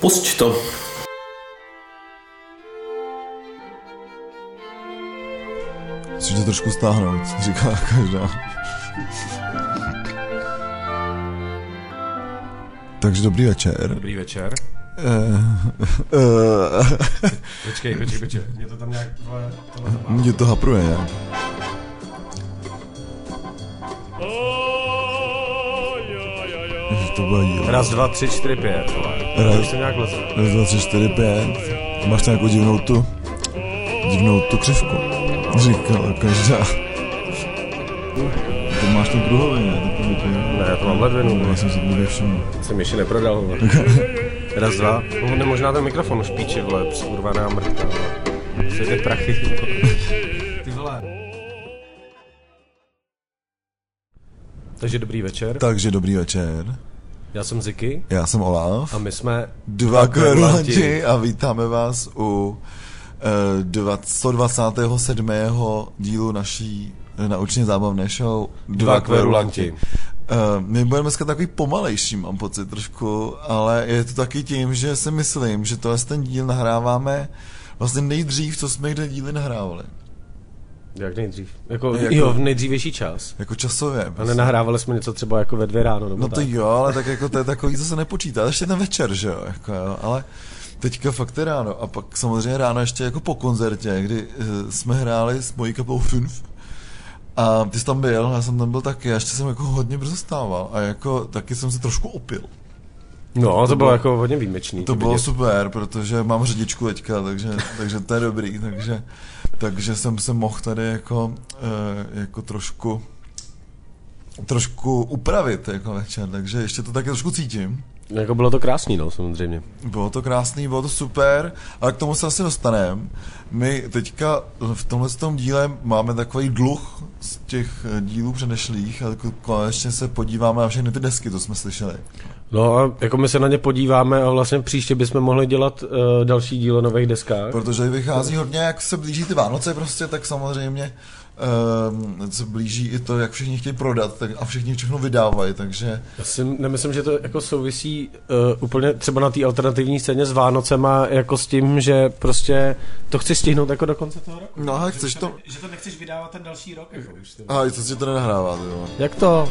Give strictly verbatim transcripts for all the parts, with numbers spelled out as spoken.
Pusť to. Chci to trošku stáhnout, říká každá. Takže dobrý večer. Dobrý večer. Uh, uh, Počkej, počkej, počkej. Mě to tam nějak tohle, tohle Mě to hapruje nějak. To bylo díl. Raz, dva, tři, čtyři, pět. Raz, Už to nějak leze. raz, dva, tři, čtyři, pět. Máš tam nějakou divnou tu, divnou tu křivku. Říkala každá. To máš tu druhový, ne? To Ne, já to mám ledvinu. Já jsem si to nevšiml. Jsem ještě neprodal, vole. Raz, dva. No, možná ten mikrofon už píči, vole, urvaná mrtka, vole. Světe prachy, ty vole. Takže dobrý večer. Takže dobrý večer. Já jsem Ziky. Já jsem Olaf. A my jsme Dva kverulanti a vítáme vás u uh, sto dvacátého sedmého dílu naší naučně zábavné show Dva kverulanti. Uh, my budeme dneska takový pomalejší, mám pocit trošku, ale je to taky tím, že si myslím, že tohle ten díl nahráváme vlastně nejdřív, co jsme kde díly nahrávali. Jak nejdřív? Jako, jako jo, v nejdřívější čas. Jako časově. A nenahrávali jsme něco třeba jako ve dvě ráno, nebo No tak. to jo, ale tak jako to je takový, co se nepočítá. Ještě ten večer, že jo, jako jo, ale teďka fakt je ráno. A pak samozřejmě ráno ještě jako po koncertě, kdy uh, jsme hráli s mojí kapelou Funf. A ty jsi tam byl, já jsem tam byl taky, a ještě jsem jako hodně brzo stával a jako taky jsem se trošku opil. No, to, to bylo, bylo jako hodně výjimečný. To bylo vidět. Super, protože mám řidičku teďka, takže, takže to je dobrý, takže, takže jsem se mohl tady jako, uh, jako trošku trošku upravit jako večer, takže ještě to taky trošku cítím. Jako bylo to krásný, no, samozřejmě. Bylo to krásný, bylo to super, ale k tomu se asi dostaneme. My teďka v tomhle tom díle máme takový dluh z těch dílů předešlých a konečně se podíváme na všechny ty desky, to jsme slyšeli. No a jako my se na ně podíváme a vlastně příště bychom mohli dělat uh, další díl o nových deskách. Protože vychází hodně, jak se blíží ty Vánoce prostě, tak samozřejmě um, se blíží i to, jak všichni chtějí prodat tak, a všichni všechno vydávají, takže... Já si nemyslím, že to jako souvisí uh, úplně třeba na té alternativní scéně s Vánocema jako s tím, že prostě to chci stihnout jako do konce toho roku. No a chceš to... Že to nechceš vydávat ten další rok, jako už. A co si to nenahrává, ty jo. Jak to?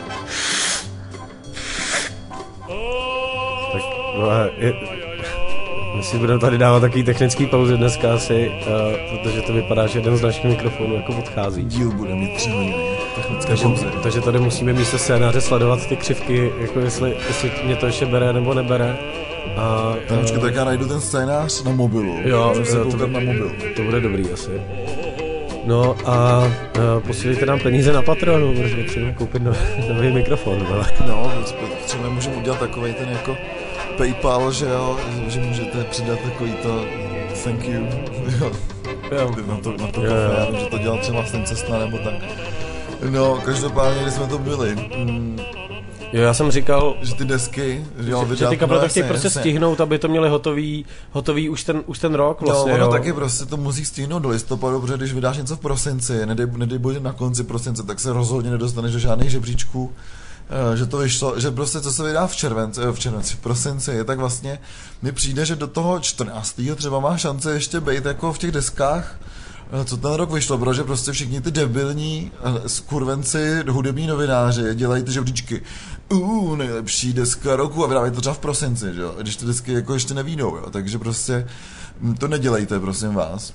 Tak, no, je, my si budeme tady dávat takový technický pauzy dneska asi, uh, protože to vypadá, že jeden z našich mikrofonů jako odchází. Díl bude mít tři hodiny. Takže, takže tady musíme místo scénáře sledovat ty křivky, jako jestli, jestli mě to ještě bere nebo nebere. A, Tanočka, tak já najdu ten scénář na mobilu. Jo, se to, to, na mobil. To bude dobrý asi. No a uh, posílejte nám peníze na Patreonu, protože potřebujeme koupit no, nový mikrofon. Ale. No, třeba můžeme udělat takovej ten jako PayPal, že jo, že můžete přidat takový to thank you, jo, Jo. na to, na to Jo, kafe, jo. já vím, že to dělal třeba Stan Cestna nebo tak. No, každopádně, když jsme to byli, mm, Jo, já jsem říkal, že ty desky, že jo, že, vydat, že ty kapely no, to chtějí jasně, prostě jasně. stihnout, aby to měli hotový, hotový už, ten, už ten rok vlastně, No, ono jo. taky prostě to musí stihnout do listopadu, protože když vydáš něco v prosinci, nedej, nedej bože na konci prosince, tak se rozhodně nedostaneš do žádných žebříčků, eh, že to vyšlo, že prostě co se vydá v červenci, eh, v červenci, v prosinci, je tak vlastně mi přijde, že do toho čtrnáctého třeba má šance ještě být jako v těch deskách, eh, co ten rok vyšlo, protože prostě všichni ty debilní eh, skurvenci, hudební novináři dělají ty žebříčky. Uh, nejlepší deska roku a vydávají to třeba v prosinci, že jo, když ty desky jako ještě nevídou, jo, takže prostě hm, to nedělejte, prosím vás.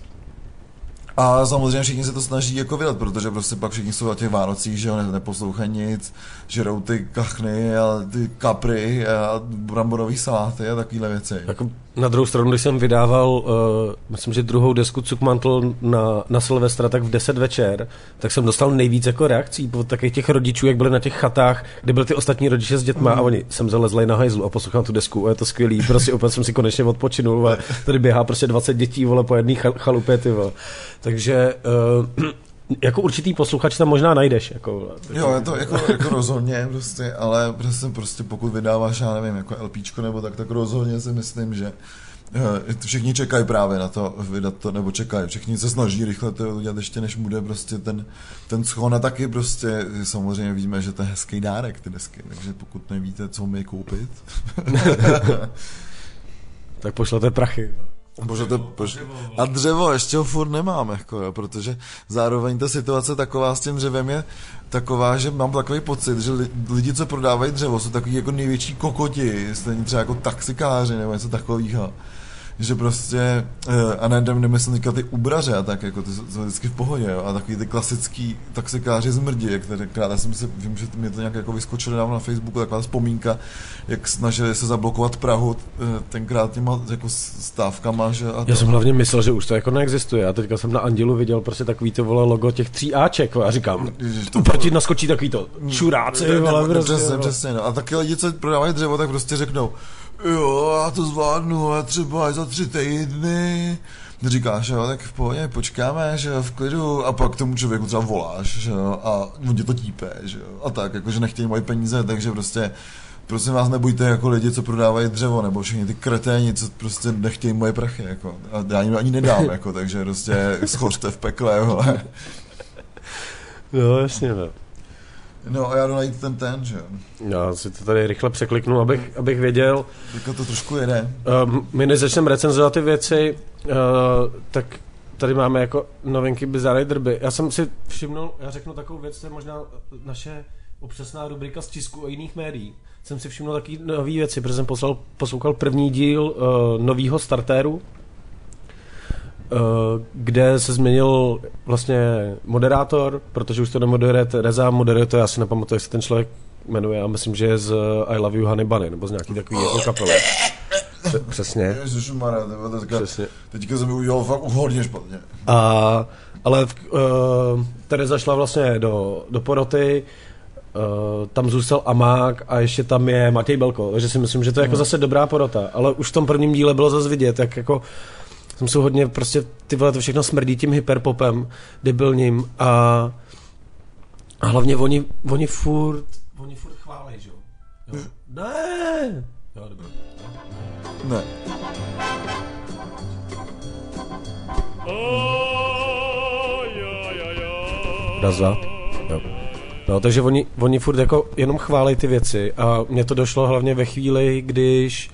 A samozřejmě všichni se to snaží jako vydat, protože prostě pak všichni jsou na těch Vánocích, že jo, ne, neposlouchají nic, žerou ty kachny a ty kapry a bramborový saláty a takovýhle věci. Jako na druhou stranu, když jsem vydával, uh, myslím, že druhou desku Cukmantl na, na Silvestra, tak v deset večer, tak jsem dostal nejvíc jako reakcí od takových těch rodičů, jak byli na těch chatách, kde byli ty ostatní rodiče s dětma mm. a oni jsem zalezlej na hajzlu a poslouchám tu desku a je to skvělý, prostě úplně jsem si konečně odpočinul a tady běhá prostě dvacet dětí, vole, po jedný chalupě, ty vole. Takže uh, jako určitý posluchač tam možná najdeš. Jako, jo, je to jako, jako rozhodně, prostě, ale prostě, prostě pokud vydáváš, já nevím, jako LPčko nebo tak, tak rozhodně si myslím, že všichni čekají právě na to vydat to, nebo čekají, všichni se snaží rychle to udělat ještě, než bude prostě ten, ten schon a taky prostě samozřejmě víme, že to je hezký dárek, ty desky, takže pokud nevíte, co mi koupit, Tak pošlete prachy. Bože, to poš... A dřevo ještě ho furt nemám, jako, jo, protože zároveň ta situace taková s tím dřevem je taková, že mám takový pocit, že lidi, co prodávají dřevo, jsou takový jako největší kokoti, stejně třeba jako taxikáři nebo něco takového. Že prostě, a ne, nemyslím teďka ty ubraře a tak, jako ty jsou vždycky v pohodě, jo, a takový ty klasický taxikáři zmrdí, kterékrát, já jsem si, vím, že mě to nějak jako vyskočilo dávno na Facebooku, taková vzpomínka, jak snažili se zablokovat Prahu tenkrát těma jako stávkama, že a to... Já jsem hlavně myslel, že už to jako neexistuje, a teďka jsem na Andělu viděl prostě takový to vole logo těch tří Aček a říkám, tu proti naskočí takový to čuráci, vole, prostě, přesně, přesně, no. A taky lidi, co prodávají dřevo, tak prostě řeknou, jo, já to zvládnu, a třeba za tři týdny. Říkáš, jo, tak v pohodě, počkáme, že jo, v klidu, a pak tomu člověku třeba voláš, že jo, a on tě to típe, že jo, a tak, jakože nechtějí moje peníze, takže prostě, prosím vás, nebojte jako lidi, co prodávají dřevo, nebo všichni ty kreténi, co prostě nechtějí moje prachy, jako, a já jim ani nedám, jako, takže prostě schořte v pekle, vole. Jo, jasně, ne. No a já jdu najít ten ten, že jo. Já si to tady rychle překliknu, abych, abych věděl. Teďka to trošku jede. Um, my než začneme recenzovat ty věci, uh, tak tady máme jako novinky Bizarre drby. Já jsem si všimnul, já řeknu takovou věc, to je možná naše občasná rubrika z tisku a jiných médií. Jsem si všimnul taky nový věci, protože jsem poslal, poslouchal první díl uh, novýho startéru, kde se změnil vlastně moderátor, protože už to nemoderuje Reza, moderuje to, já si nepamatuju, jak se ten člověk jmenuje, a myslím, že je z I Love You Honey Bunny, nebo z nějaký takový jako kapely. Přesně. Ježišmarja, teďka, teďka jsem mi udělal fakt hodně špatně. A, ale uh, Tereza šla vlastně do, do poroty, uh, tam zůstal Amák a ještě tam je Matěj Belko, takže si myslím, že to je jako zase dobrá porota, ale už v tom prvním díle bylo zase vidět, jak jako tam jsou hodně prostě, ty vole, to všechno smrdí tím hyperpopem, debilním, a, a hlavně oni, oni furt, oni furt chválej, že jo? Ne! Jo, dobrý. Ne. Raz, dva. Jo. No, takže oni, oni furt jako jenom chválej ty věci, a mně to došlo hlavně ve chvíli, když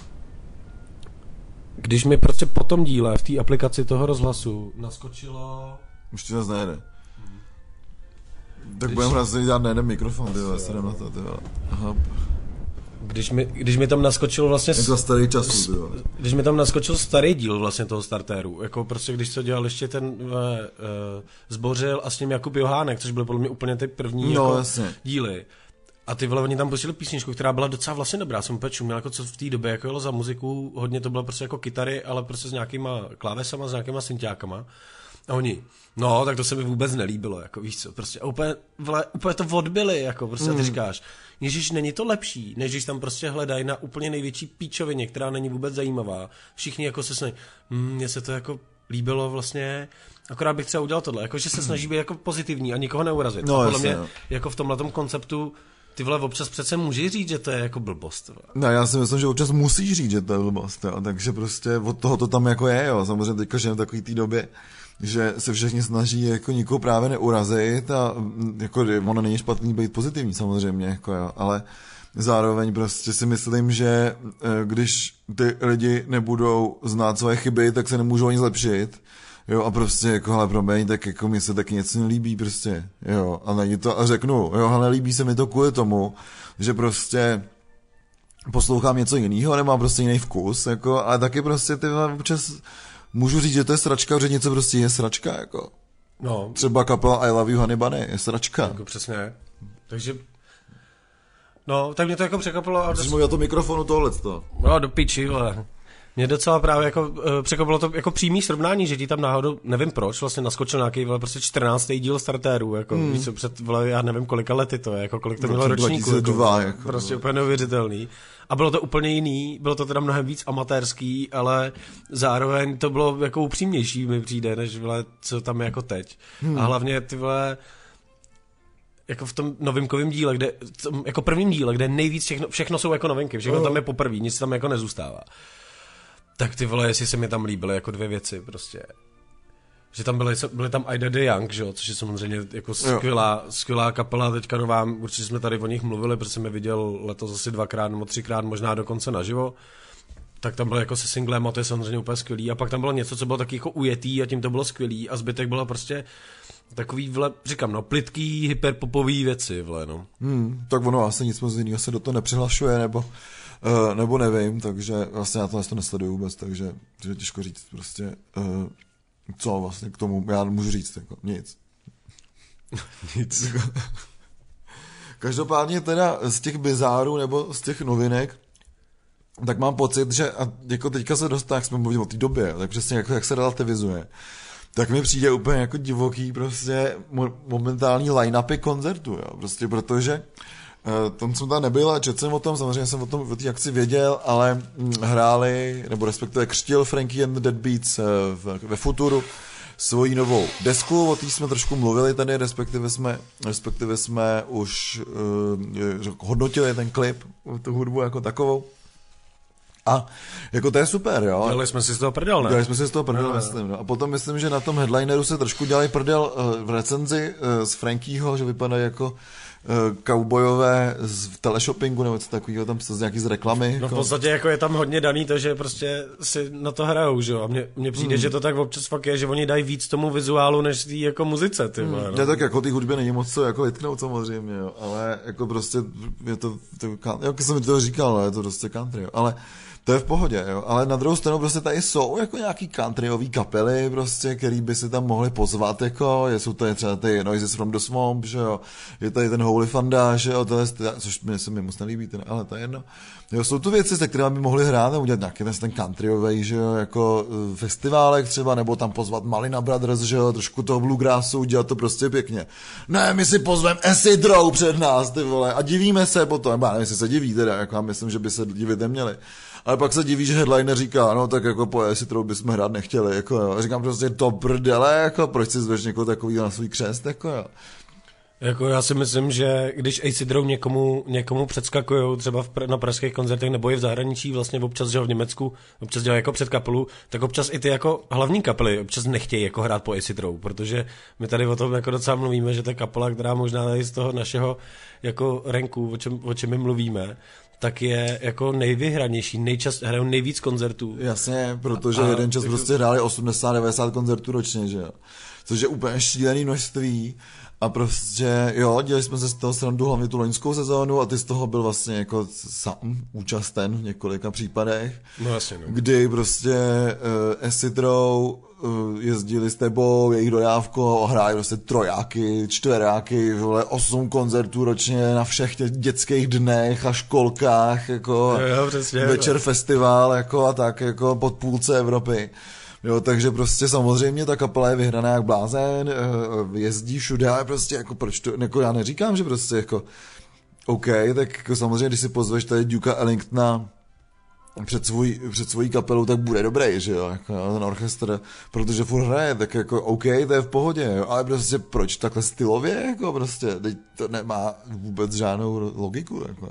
Když mi prostě po tom díle v té aplikaci toho rozhlasu naskočilo... Už ti nás nejde. Hmm. Tak budeme hrát dělat na jeden mikrofon, ty vole, se jdem na to, ty vole. Aha. Když mi, když mi tam naskočilo vlastně... Je to starý času, ty vole. Když mi tam naskočil starý díl vlastně toho startéru, jako prostě když to dělal ještě ten uh, uh, Zbořil a s ním Jakub Johánek, což byly podle mě úplně ty první no, jako jasně. díly. A ty vole, oni tam pustili písničku, která byla docela vlastně dobrá, jsem úplně čuměl, jako co v té době jako jelo za muziku, hodně to bylo prostě jako kytary, ale prostě s nějakýma klávesama, s nějakýma synťákama. A oni, no, tak to se mi vůbec nelíbilo, jako víš co, prostě úplně, vole, úplně to odbyli, jako prostě, mm. a ty říkáš, ježiš, není to lepší, než když tam prostě hledají na úplně největší píčovině, která není vůbec zajímavá. Všichni jako se snaží, hm, mně se to jako líbilo vlastně, akorát bych třeba udělal tohle, jako že se snaží být jako pozitivní a nikoho neurazit. No, podle jasně, mě, no. Jako v tomhletom konceptu, ty vole, občas přece můžeš říct, že to je jako blbost. Vole. No, já si myslím, že občas musíš říct, že to je blbost, jo. Takže prostě od toho to tam jako je, jo. Samozřejmě teďka žijeme v takový té době, že se všichni snaží jako nikoho právě neurazit, a jako ono není špatný být pozitivní samozřejmě, jako jo, ale zároveň prostě si myslím, že když ty lidi nebudou znát svoje chyby, tak se nemůžou ani zlepšit. Jo, a prostě jako, hele, promiň, tak jako mi se taky něco nelíbí prostě, jo, a není to, a řeknu, jo, ale nelíbí se mi to kvůli tomu, že prostě poslouchám něco jiného, nemám prostě jiný vkus, jako, ale taky prostě ty občas můžu říct, že to je sračka, že něco prostě je sračka, jako. No. Třeba kapela I Love You Honey Bunny je sračka. Jako přesně, takže... No, tak mě to jako překvapilo. A jsi mluvil do mikrofonu tohleto. No, do piči, vole. Mě docela právě jako uh, překvapilo to jako přímý srovnání, že ti tam náhodou, nevím proč, vlastně naskočil nějaký vole, prostě čtrnáctý díl startéru, jako hmm. víš co, před vole, já nevím kolika lety to je, jako kolik to mělo ročníků, jako, jako, prostě no. Úplně neuvěřitelný. A bylo to úplně jiný, bylo to teda mnohem víc amatérský, ale zároveň to bylo jako upřímnější, mi přijde, než vole, co tam je jako teď. Hmm. A hlavně ty vole, jako v tom novinkovém díle, kde, jako prvním díle, kde nejvíc všechno, všechno jsou jako novinky, všechno oh. tam je poprvé, nic tam jako nezůstává. Tak ty vole, jestli se mi tam líbily jako dvě věci prostě. Že tam byly, byly tam Ida the Young, že jo, což je samozřejmě jako skvělá, skvělá kapela, teďka nová, určitě jsme tady o nich mluvili, protože jsem je viděl letos asi dvakrát nebo třikrát, možná dokonce naživo. Tak tam bylo jako se singlem a to je samozřejmě úplně skvělý. A pak tam bylo něco, co bylo taky jako ujetý a tím to bylo skvělý a zbytek bylo prostě takový, vle, říkám, no, plytký, hyperpopový věci, vle, no. Hmm, tak ono asi nic moc jiného se do toho nepřihlašuje, nebo, uh, nebo nevím, takže vlastně já to, to nesleduju vůbec, takže, takže těžko říct prostě, uh, co vlastně k tomu, já můžu říct, jako nic. Nic. Každopádně teda z těch bizárů nebo z těch novinek, tak mám pocit, že a jako teďka se dostane, jak jsme mluvili o té době, tak přesně jako, jak se relativizuje, tak mi přijde úplně jako divoký prostě momentální line-upy koncertu, jo, prostě protože tam jsem tam nebyl a četl jsem o tom, samozřejmě jsem o tom o té akci věděl, ale hráli, nebo respektive křtil Frankie and the Deadbeats ve Futuru svoji novou desku, o té jsme trošku mluvili tady, respektive jsme, respektive jsme už uh, hodnotili ten klip, tu hudbu jako takovou. A jako to je super, jo. Dělali jsme si z toho prdel, ne? Dělali jsme si z toho prdel, no, myslím. No. A potom myslím, že na tom headlineru se trošku dělali prdel uh, v recenzi uh, z Frankieho, že vypadá jako cowboyové z teleshoppingu nebo co takového, tam z nějaký z reklamy. No v podstatě jako je tam hodně daný to, že prostě si na to hrajou, že jo, a mně, mně přijde, hmm. že to tak občas fakt je, že oni dají víc tomu vizuálu, než tý jako muzice, ty vole, hmm. no. Ne, tak jako ty hudbě není moc co jako vytknout samozřejmě, jo, ale jako prostě je to, to jak jsem mi to říkal, no, je to prostě country, jo, ale to je v pohodě, jo, ale na druhou stranu prostě tady jsou jako nějaký countryový kapely prostě, který by si tam mohli pozvat, jako, jsou tady třeba ty Noises from the Swamp, že jo, je tady ten Holy Fanda, že jo, tohle, což mi se mi moc nelíbí, ten, ale to je jedno. Jo, jsou tu věci, se kterými by mohli hrát a udělat nějaký ten, ten countryový, že jo, jako uh, festiválek třeba, nebo tam pozvat Malina Brothers, že jo, trošku toho bluegrassu, udělat to prostě pěkně. Ne, my si pozvem Acid Row před nás, ty vole, a divíme se potom, nebo já nevím, jestli se diví teda, jako já myslím, že by se divit neměli. Ale pak se diví, že headliner říká, no tak jako po Acid Row bychom hrát nechtěli, jako jo. A říkám prostě to prdele, jako proč si zveš někoho takovýho na svůj křest, jako jo. Jako já si myslím, že když Acid Row někomu, někomu předskakujou třeba v, na pražských koncertech nebo i v zahraničí, vlastně občas, že v Německu, občas dělají jako před kapelu, tak občas i ty jako hlavní kapely občas nechtějí jako hrát po Acid Row, protože my tady o tom jako docela mluvíme, že ta kapela, která možná tady z toho našeho jako ranku, o čem, o čem my mluvíme, tak je jako nejvyhranější, nejčas, hrajou nejvíc koncertů. Jasně, protože a, jeden čas tak... prostě hráli osmdesát devadesát koncertů ročně, že jo. Což je úplně šílený množství. A prostě, jo, dělali jsme se z toho srandu hlavně tu loňskou sezónu a ty z toho byl vlastně jako sám účasten v několika případech. No jasně, no. Kdy prostě uh, Acid Row uh, jezdili s tebou, jejich dodávko, hráli prostě trojáky, čtveráky, vole, osm koncertů ročně na všech těch dětských dnech a školkách, jako jo, jo, přesně, večer jo. Festival, jako a tak, jako pod půlce Evropy. Jo, takže prostě samozřejmě ta kapela je vyhraná jak blázen, jezdí všude, ale prostě jako proč to, jako já neříkám, že prostě jako OK, tak jako samozřejmě, když si pozveš tady Duka Ellingtona před svůj, před svojí kapelou, tak bude dobrý, že jo, jako ten orchestr, protože furt hraje, tak jako OK, to je v pohodě, jo, ale prostě proč takhle stylově, jako prostě, teď to nemá vůbec žádnou logiku, jako.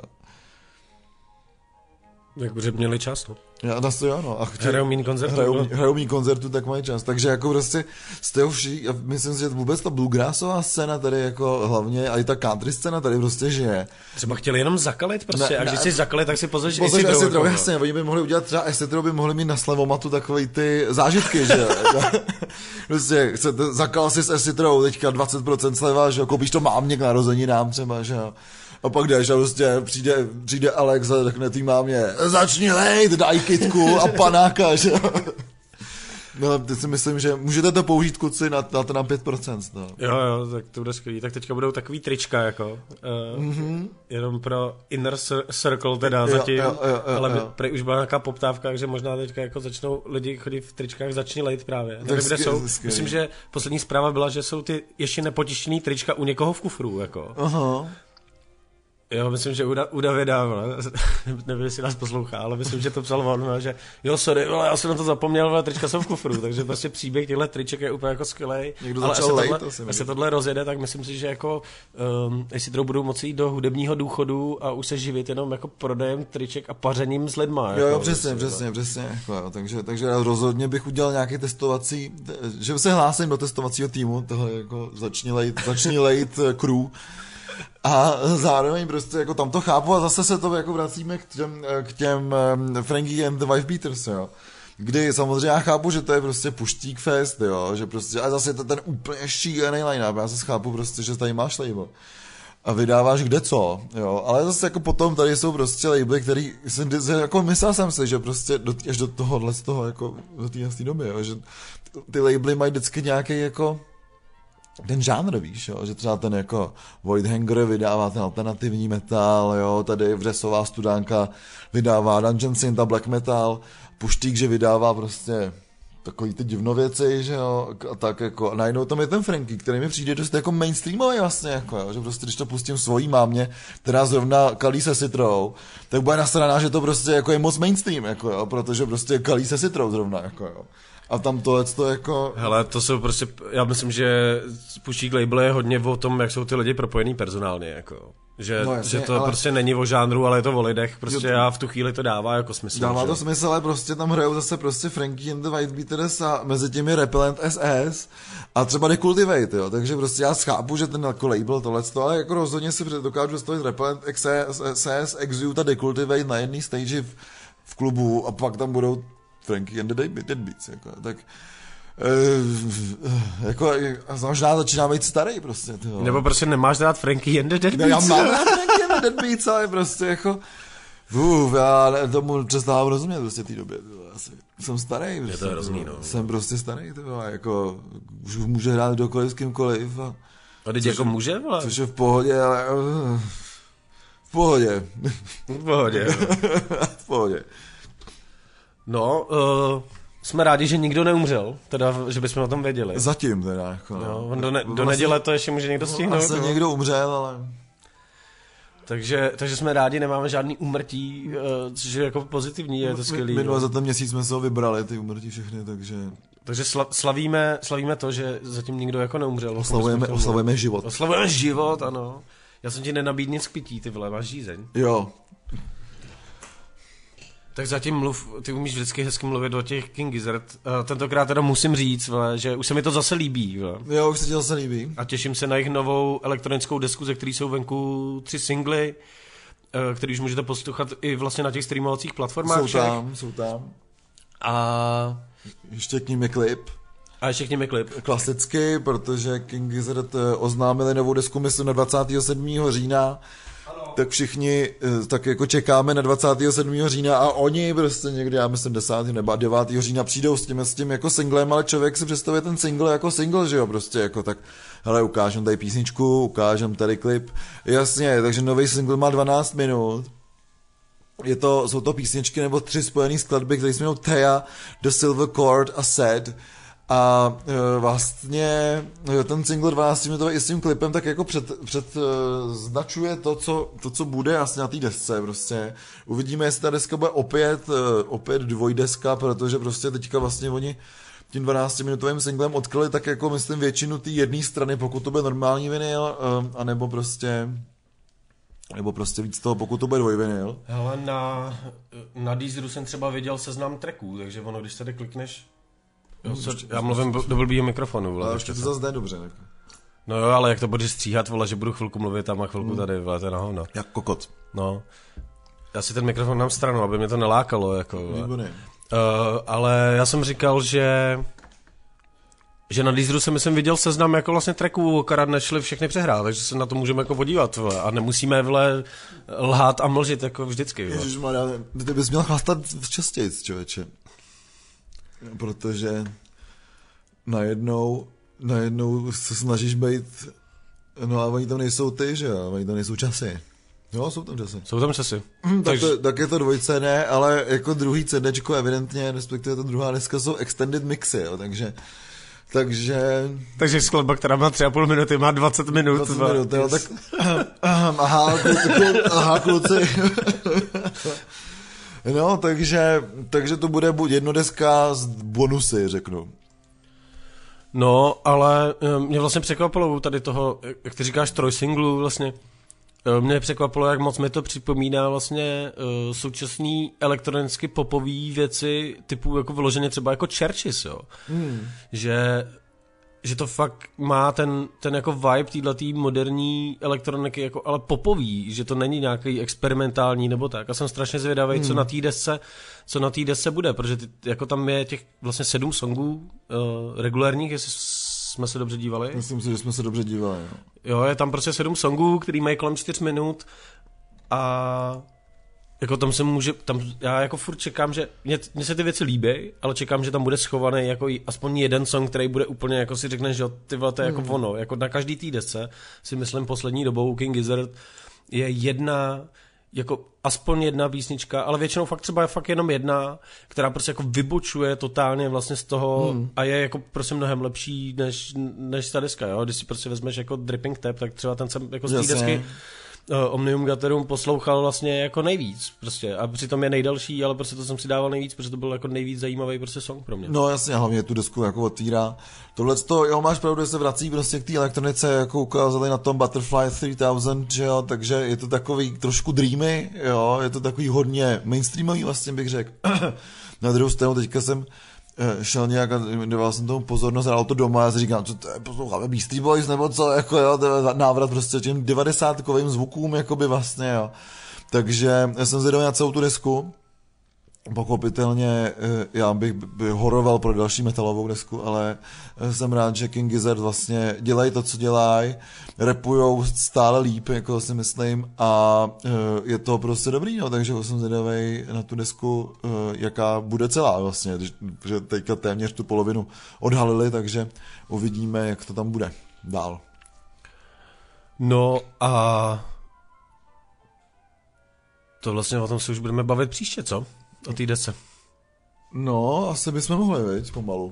Jakože měli čas, no. Já na to jo, no. A chtěl, hrajou míň koncertu. Hrajou, hrajou míň koncertu, tak mají čas. Takže jako prostě z toho vší, myslím si, že vůbec ta bluegrassová scéna tady jako hlavně, a i ta country scéna tady prostě žije. Třeba chtěli jenom zakalit prostě, ne, a když ne, si zakalit, tak si pozveš Acid Row. Acid Row, jasně, oni by mohli udělat třeba Acid Row by mohli mít na slevomatu takovej ty zážitky, že jo. Prostě zakal si s Acid Row, teďka dvacet procent sleva, že jo, koupíš to mámě k narozeninám třeba, že jo. A pak jdeš a prostě přijde, přijde Alex a řekne tý mámě, začni lejt, daj kytku a panáka, že jo. No, teď si myslím, že můžete to použít, kuci, na, na to na pět procent. No. Jo, jo, tak to bude skvělý. Tak teďka budou takový trička, jako, uh, mm-hmm. jenom pro inner circle teda jo, zatím, jo, jo, jo, ale jo. Prej už byla nějaká poptávka, takže možná teďka jako začnou lidi chodit v tričkách, začni lejt právě. Tak kde jsou, myslím, že poslední zpráva byla, že jsou ty ještě nepotištěný trička u někoho v kufru, jako. Aha. Jo, myslím, že u, da, u Davida, nevím, jestli nás poslouchá, ale myslím, že to psal on, že jo, sorry, ale já jsem na to zapomněl, ale trička jsou v kufru, takže prostě příběh těchto triček je úplně jako skvělej. Někdo ale začal lejt, tohle, se tohle rozjede, tak myslím si, že jako, um, jestli to budou moci jít do hudebního důchodu a už se živit jenom jako prodejem triček a pařením s lidma. Jo, jako, jo, přesně, prostě, přesně, přesně, jako, jo, takže, takže rozhodně bych udělal nějaký testovací, že se hlásím do testovacího týmu, toho jako začni lejt, začni lejt crew. A zároveň prostě jako tam to chápu a zase se to jako vracíme k těm, k těm um, Frankie and the Wife Beaters, jo. Kdy samozřejmě já chápu, že to je prostě puštík fest, jo, že prostě, a zase je to ten úplně šílený line-up, já se chápu prostě, že tady máš label a vydáváš kde co, jo, ale zase jako potom tady jsou prostě labely, který jsem, jako myslel jsem si, že prostě do, až do tohohle z toho, jako do téhle doby, jo, že ty labely mají vždycky nějaký jako ten žánr, víš, jo, že třeba ten jako Voidhanger vydává ten alternativní metal, jo, tady Vřesová studánka vydává Dungeon Synth a black metal, Puštík, že vydává prostě takový ty divnověci, že jo, a tak jako, a najednou tam je ten Franky, který mi přijde dost jako mainstreamový vlastně, jako jo, že prostě když to pustím svojí mámě, která zrovna kalí se citrou, tak bude nasraná, že to prostě jako je moc mainstream, jako jo, protože prostě kalí se citrou zrovna, jako jo. A tam tohle to jako... Hele, to jsou prostě, já myslím, že Puštík label je hodně o tom, jak jsou ty lidi propojený personálně, jako. Že, no jasně, že to ale... prostě není o žánru, ale je to o lidech, prostě a v tu chvíli to dává jako smysl. Dává že? to smysl, ale prostě tam hrajou zase prostě Frankie and the White Beaters a mezi těmi Repellent S S a třeba Decultivate, jo, takže prostě já schápu, že ten jako label tohleto, ale jako rozhodně si dokážu představit Repellent S S, Exude a Decultivate na jedné stage v, v klubu a pak tam budou Frankie and the Dead Beats, jako, tak Uh, jako, možná začíná být starý prostě. Tyho. Nebo prostě nemáš rád Frankie and the Dead Beats? Já mám rád Frankie and the Dead Beats, ale prostě jako uf, já tomu přestávám rozumět prostě té době. Tyho. Asi jsem starý. Prostě, je to hrozný, no. Jsem prostě starý, tyho, jako už může hrát kdokoliv s kýmkoliv. A, a teď jako může, ale... Což je v pohodě, ale uh, v pohodě. V pohodě. v pohodě. No, uh... jsme rádi, že nikdo neumřel, teda, že bychom o tom věděli. Zatím teda. Jako, no, do, ne, do vlastně, neděle to ještě může někdo stihnout. Asi no. Někdo umřel, ale... Takže, takže jsme rádi, nemáme žádný úmrtí, což je jako pozitivní, je to skvělý. Minule za ten měsíc jsme se ho vybrali, ty úmrtí všechny, takže... Takže sla, slavíme, slavíme to, že zatím nikdo jako neumřel. Oslavujeme, oslavujeme život. Oslavujeme život, ano. Já jsem ti nenabídl nic k pití, ty vole, máš žízeň. Jo. Tak zatím mluv, ty umíš vždycky hezky mluvit o těch King Gizzard. Uh, tentokrát teda musím říct, vle, že už se mi to zase líbí. Vle. Jo, už se ti zase líbí. A těším se na jejich novou elektronickou desku, ze který jsou venku tři singly, uh, který už můžete poslouchat i vlastně na těch streamovacích platformách. Jsou tam, jsou tam. A... ještě k ním je klip. A ještě k ním je klip. Klasicky, protože King Gizzard oznámili novou desku, myslím, na dvacátého sedmého října. Tak všichni tak jako čekáme na dvacátého sedmého října a oni prostě někdy, já myslím desátého nebo devátého října přijdou s tím, s tím jako singlem, ale člověk si představuje ten single jako single, že jo, prostě jako tak, hele, ukážem tady písničku, ukážem tady klip, jasně, takže nový single má dvanáct minut, je to, jsou to písničky nebo tři spojené skladby, které se jmenují Thea, The Silver Cord a Sad. A e, vlastně ten single dvanáctiminutový i s tím klipem tak jako před, před e, značuje to co, to, co bude asi na té desce prostě. Uvidíme, jestli ta deska bude opět, e, opět dvojdeska, protože prostě teďka vlastně oni tím dvanáctiminutovým singlem odkryli tak jako myslím většinu té jedné strany, pokud to bude normální vinyl, e, anebo prostě nebo prostě víc toho, pokud to bude dvojvinyl. Hele, na, na Deezeru jsem třeba viděl seznam tracků, takže ono, když tady klikneš. Jo, co, já mluvím do blbýho mikrofonu, vole. Ale už to zase jde dobře, ne? No jo, ale jak to budeš stříhat, vole, že budu chvilku mluvit tam a chvilku hmm. tady, vole, to je na hovno. Jak kokot. No. Já si ten mikrofon dám stranu, aby mě to nelákalo, jako. Uh, ale já jsem říkal, že že na Deezeru jsem myslím viděl seznam jako vlastně tracků, akorát nešli všechny přehrát, takže se na to můžeme jako podívat, vole, a nemusíme, vole, lhát a mlžit jako vždycky, vole. Ježišmarja, ty bys měl chlastat častěji, člověče. Protože najednou, najednou se snažíš být, no a oni tam nejsou ty, že jo, oni tam nejsou časy. Jo, jsou tam časy. Jsou tam časy. Hmm, tak, Takže... to, tak je to dvojcenné, ale jako druhý CDčko evidentně, respektive ta druhá dneska jsou extended mixy, jo, takže takže... Takže skladba, která má tři a půl minuty, má dvacet minut. dvacet minut, jo, tak... aha, kluci, aha, kluci. No, takže, takže to bude buď jednodeska z bonusy, řeknu. No, ale mě vlastně překvapilo tady toho, jak ty říkáš, trojsinglu vlastně, mě překvapilo, jak moc mi to připomíná vlastně uh, současný elektronicky popový věci typu jako vyloženě třeba jako Churches, jo. Hmm. Že, že to fakt má ten, ten jako vibe téhletý moderní elektroniky, jako, ale popový, že to není nějaký experimentální nebo tak. Já jsem strašně zvědavý, hmm. co na té desce, co na té desce bude, protože ty, jako tam je těch vlastně sedm songů uh, regulérních, jestli jsme se dobře dívali. Myslím si, že jsme se dobře dívali. Jo, jo je tam prostě sedm songů, který mají kolem čtyř minut a jako tam se může, tam já jako furt čekám, že mě, mě se ty věci líbí, ale čekám, že tam bude schovaný jako aspoň jeden song, který bude úplně, jako si řekneš, že ty vole, to je jako mm. ono, jako na každý tý desce si myslím poslední dobou King Gizzard je jedna, jako aspoň jedna písnička, ale většinou fakt třeba je fakt jenom jedna, která prostě jako vybočuje totálně vlastně z toho mm. a je jako prostě mnohem lepší než, než ta deska, jo, když si prostě vezmeš jako Dripping Tap, tak třeba ten jsem jako z té desky Uh, Omnium Gatherum poslouchal vlastně jako nejvíc prostě a přitom je nejdelší, ale prostě to jsem si dával nejvíc, protože to byl jako nejvíc zajímavý prostě song pro mě. No jasně, hlavně tu desku jako otvírá. Tohle to, jo, máš pravdu, že se vrací prostě k té elektronice, jako ukázali na tom Butterfly tři tisíc, že jo, takže je to takový trošku dreamy, jo, je to takový hodně mainstreamový vlastně bych řekl. Na druhou stranu teďka jsem šel nějak a dával jsem tomu pozornost, hrál to doma a já si říkám, co to je, posloucháme Beastie Boys nebo co, jako jo, návrat prostě těm devadesátkovým zvukům, jakoby vlastně, jo. Takže jsem zvědavý na celou tu desku. Pochopitelně já bych horoval pro další metalovou desku, ale jsem rád, že King Gizzard vlastně dělají to, co dělají, rapujou stále líp, jako si myslím, a je to prostě dobrý, no, takže jsem zvědavý na tu desku, jaká bude celá vlastně, protože teďka téměř tu polovinu odhalili, takže uvidíme, jak to tam bude dál. No a to vlastně o tom se už budeme bavit příště, co? O té desce. No, asi bychom mohli, viď, pomalu.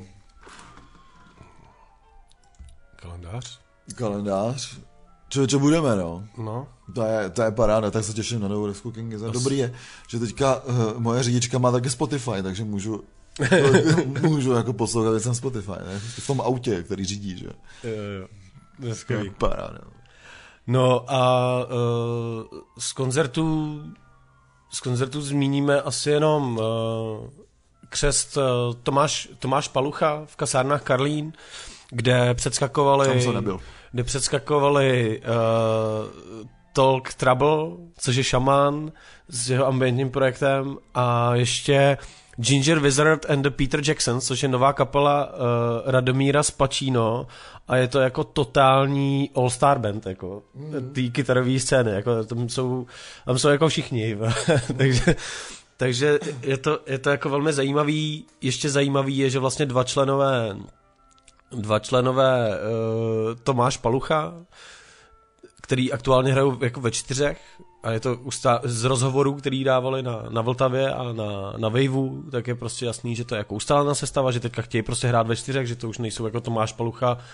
Kalendář? Kalendář. Člověče, budeme, no. No. To je, to je paráda, tak se těším na novou desku King Gizzard. Dobrý je, že teďka uh, moje řidička má taky Spotify, takže můžu můžu jako poslouchat věc na Spotify, ne? V tom autě, který řídí, že? Jo, jo. Dneska je paráda. No a uh, z koncertů z koncertů zmíníme asi jenom uh, křest uh, Tomáš, Tomáš Palucha v kasárnách Karlín, kde předskakovali tam jsem nebyl. kde předskakovali uh, Talk Trouble, což je šaman s jeho ambientním projektem, a ještě Ginger Wizard and the Peter Jacksons, což je nová kapela uh, Radomíra Spacino, a je to jako totální all-star band, jako mm. té kytarové scény, jako tam jsou, tam jsou jako všichni, takže, takže je to, je to jako velmi zajímavý. Ještě zajímavý je, že vlastně dva členové dva členové uh, Tomáš Palucha, který aktuálně hrajou jako ve čtyřech, a je to ustá- z rozhovorů, který dávali na, na Vltavě a na, na Waveu, tak je prostě jasný, že to je jako ustálená sestava, že teďka chtějí prostě hrát ve čtyřech, že to už nejsou jako Tomáš Palucha uh,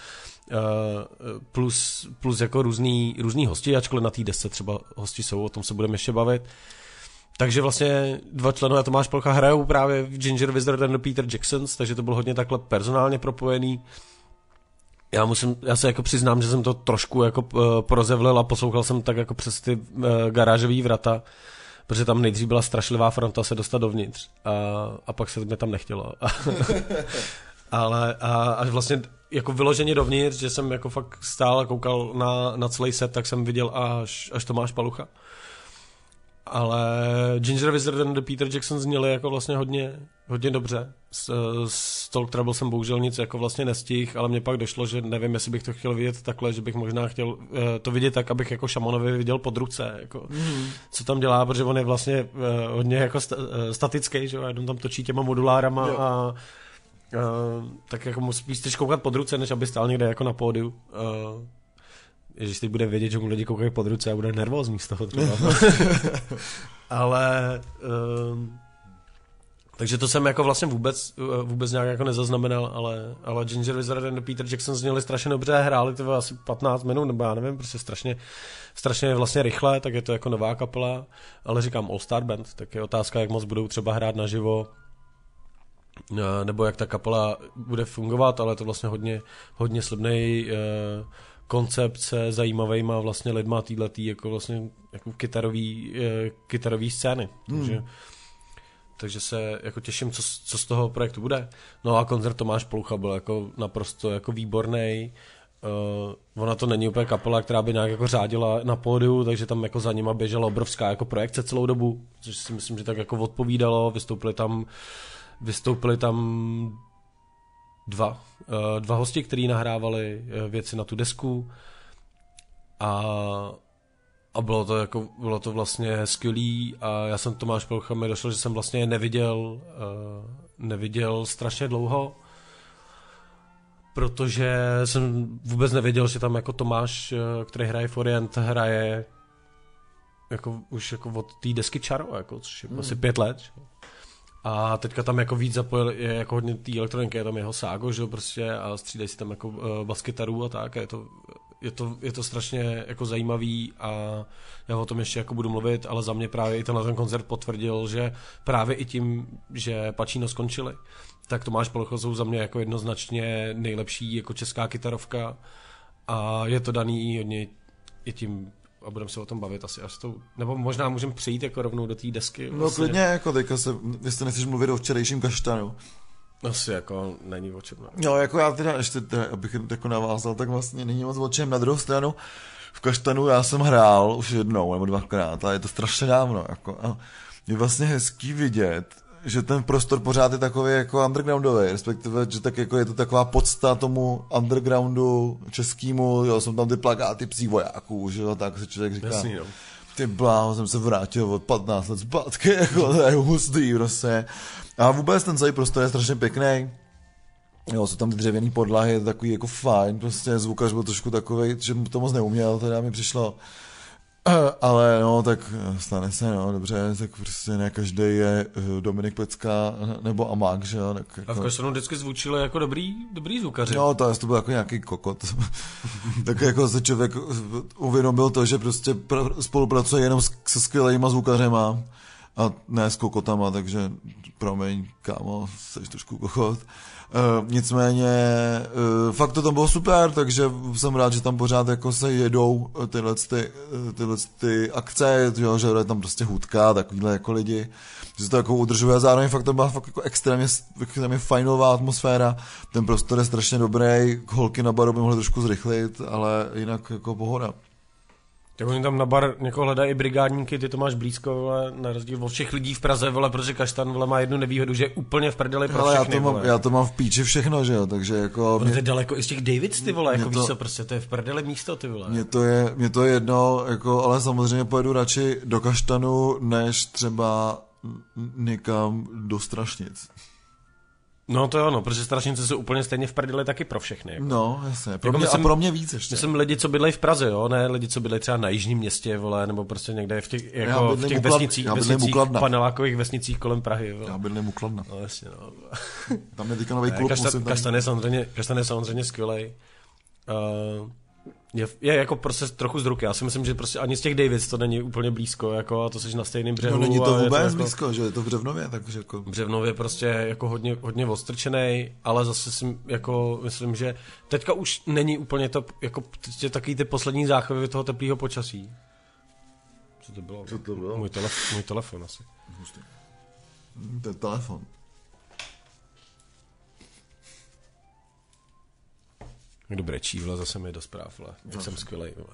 plus, plus jako různý, různý hosti, ačkoliv na té desce třeba hosti jsou, o tom se budeme ještě bavit. Takže vlastně dva členové Tomáš Palucha hrajou právě v Ginger Wizard and the Peter Jacksons, takže to bylo hodně takhle personálně propojený. Já musím, já se jako přiznám, že jsem to trošku jako uh, porozevlil a poslouchal jsem tak jako přes ty uh, garážový vrata, protože tam nejdřív byla strašlivá fronta se dostat dovnitř a, a pak se mi tam nechtělo. Ale a, až vlastně jako vyloženě dovnitř, že jsem jako fakt stál a koukal na, na celý set, tak jsem viděl až, až Tomáš Palucha. Ale Ginger Wizard and the Peter Jackson zněli jako vlastně hodně, hodně dobře. S, s Talk Trouble jsem bohužel nic jako vlastně nestihl, ale mně pak došlo, že nevím, jestli bych to chtěl vidět takhle, že bych možná chtěl uh, to vidět tak, abych jako Šamanovi viděl pod ruce, jako, mm. co tam dělá, protože on je vlastně uh, hodně jako sta- uh, statický, že jo, jenom tam točí těma modulárama jo. a uh, tak jako musí spíš koukat pod ruce, než aby stál někde jako na pódiu. Uh, Ježiš, teď bude vědět, že mu lidi koukají pod ruce a bude nervózní z toho třeba. Ale um, takže to jsem jako vlastně vůbec, vůbec nějak jako nezaznamenal, ale, ale Ginger Wizard and Peter Jackson zněli strašně dobře, hráli to asi patnáct minut, nebo já nevím, prostě strašně, strašně vlastně rychle, tak je to jako nová kapela, ale říkám All Star Band, tak je otázka, jak moc budou třeba hrát naživo, nebo jak ta kapela bude fungovat, ale je to vlastně hodně, hodně slibnej uh, koncepce zajímavejma vlastně lidma týhletý jako vlastně jako kytarový, uh, kytarový scény, takže hmm. takže se jako těším, co, co z toho projektu bude. No a koncert Tomáš Poloucha byl jako naprosto jako výborný. Uh, ona to není úplně kapela, která by nějak jako řádila na pódiu, takže tam jako za nima běžela obrovská jako projekce celou dobu, což si myslím, že tak jako odpovídalo. Vystoupili tam vystoupili tam dva, uh, dva hosti, kteří nahrávali uh, věci na tu desku a A bylo to, jako, bylo to vlastně skvělý a já jsem Tomáš Poloucha mi došel, že jsem vlastně neviděl, uh, neviděl strašně dlouho, protože jsem vůbec nevěděl, že tam jako Tomáš, který hraje v Orient, hraje jako, už jako od té desky Čaro, jako, což je hmm. asi pět let. A teďka tam jako víc zapojil, je jako hodně té elektroniky, je tam jeho ságo, že prostě, a střídají si tam jako uh, baskytarů a tak, a je to, je to, je to strašně jako zajímavý a já o tom ještě jako budu mluvit, ale za mě právě i tenhle ten koncert potvrdil, že právě i tím, že Pacino skončili, tak Tomáš Poloucha jsou za mě jako jednoznačně nejlepší jako česká kytarovka a je to daný hodně i tím, a budeme se o tom bavit asi až to, nebo možná můžeme přijít jako rovnou do té desky. No vlastně. klidně, jako teďka se, jestli nechceš mluvit o včerejším Kaštanu. Asi jako není o čem. No jako já teda ještě, teda, abych jako navázal, tak vlastně není moc o čem. Na druhou stranu, v Kaštanu já jsem hrál už jednou nebo dvakrát a je to strašně dávno. Jako, a je vlastně hezký vidět, že ten prostor pořád je takový jako undergroundový, respektive, že tak jako je to taková podsta tomu undergroundu českýmu, jo, jsou tam ty plakáty psí vojáků, že jo, tak se člověk říká, Jasný, no. Ty bláho, jsem se vrátil od patnáct let zpátky, jako to je hustý prostě. A vůbec ten celý prostor je strašně pěkný. Jo, jsou tam ty dřevěný podlahy, je to takový jako fajn, prostě zvukař byl trošku takovej, že to moc neuměl, teda mi přišlo. Ale no, tak stane se, no, dobře, tak prostě ne každý je Dominik Pecka nebo Amák, že jo. Tak jako... A v Kaštanu vždycky zvučili jako dobrý, dobrý zvukaři. No, to, to byl jako nějaký kokot. Tak jako se člověk uvědomil to, že prostě spolupracuje jenom se skvělejma zvukařema a ne s kokotama, takže promiň, kámo, jsi trošku kokot. Uh, nicméně uh, fakt to tam bylo super, takže jsem rád, že tam pořád jako se jedou tyhle, ty, tyhle ty akce, jo, že je tam prostě hůdka, takovýhle jako lidi, že se to jako udržuje a zároveň fakt to byla fakt jako extrémně, extrémně fajnová atmosféra, ten prostor je strašně dobrý, holky na baru by mohly trošku zrychlit, ale jinak jako pohoda. Tak oni tam na bar někoho hledají i brigádníky, ty to máš blízko, vole, na rozdíl od všech lidí v Praze, vole, protože Kaštan, vole, má jednu nevýhodu, že je úplně v prdeli pro ale všechny, já to, mám, vole. já to mám v píči všechno, že jo, takže jako... Ono mě... to je daleko i z těch Davids, ty vole, jako to, víš co, prostě to je v prdeli místo, ty vole. Mně to je, mě to je jedno, jako, ale samozřejmě pojedu radši do Kaštanu, než třeba někam do Strašnic. No to jo, no, protože Strašnice jsou úplně stejně v prdeli taky pro všechny. Jako. No, jasně, pro jako mě, myslím, a pro mě víc ještě. Myslím lidi, co bydlejí v Praze, jo, ne lidi, co bydlejí třeba na jižním městě, vole, nebo prostě někde v těch, jako v těch uklad, vesnicích, vesnicích panelákových vesnicích kolem Prahy. Vole. Já bydlím u Kladna. No jasně, no. Tam je teďka nový klub. Kaštan, tam... Kaštan, je samozřejmě, Kaštan je samozřejmě skvělej. Uh, je, je jako prostě trochu z ruky. Já si myslím, že prostě ani z těch Davids to není úplně blízko, jako, a to jsi na stejném břehu. No není to vůbec to jako, blízko, že je to v Břevnově, takže jako... Břevnově prostě jako hodně, hodně odstrčenej, ale zase si jako myslím, že teďka už není úplně to, jako takový ty poslední záchvěvy toho teplého počasí. Co to bylo? Co to bylo? Můj, telef- můj telefon asi. Hustý. To je telefon. Dobré čívle, zase mi do zpráv, vle. Jak no. jsem skvělej. uh,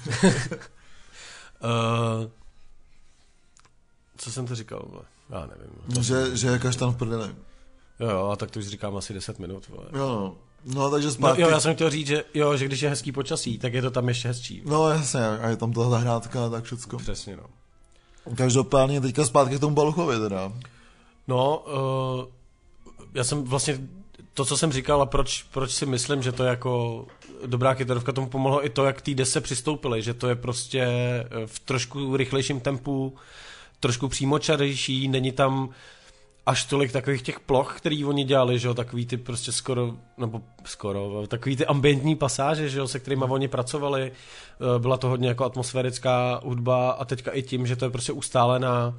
co jsem to říkal? Vle? Já nevím. No, že, že je Kaštan v prdeli. Jo, jo, a tak to už říkám asi deset minut. Vle. Jo, no. No, takže zpátky... No, jo, já jsem chtěl říct, že, jo, že když je hezký počasí, tak je to tam ještě hezčí. No jasně, a je tam ta zahrádka a tak všecko. Přesně, no. Každopádně teďka zpátky k tomu Baluchovi teda. No, uh, já jsem vlastně... To, co jsem říkal a proč, proč si myslím, že to je jako dobrá kytarovka, tomu pomohlo i to, jak té desce přistoupili, že to je prostě v trošku rychlejším tempu, trošku přímočarejší, není tam až tolik takových těch ploch, který oni dělali, že jo, takový ty prostě skoro, nebo skoro, takový ty ambientní pasáže, že jo, se kterými oni pracovali, byla to hodně jako atmosférická hudba a teďka i tím, že to je prostě ustálená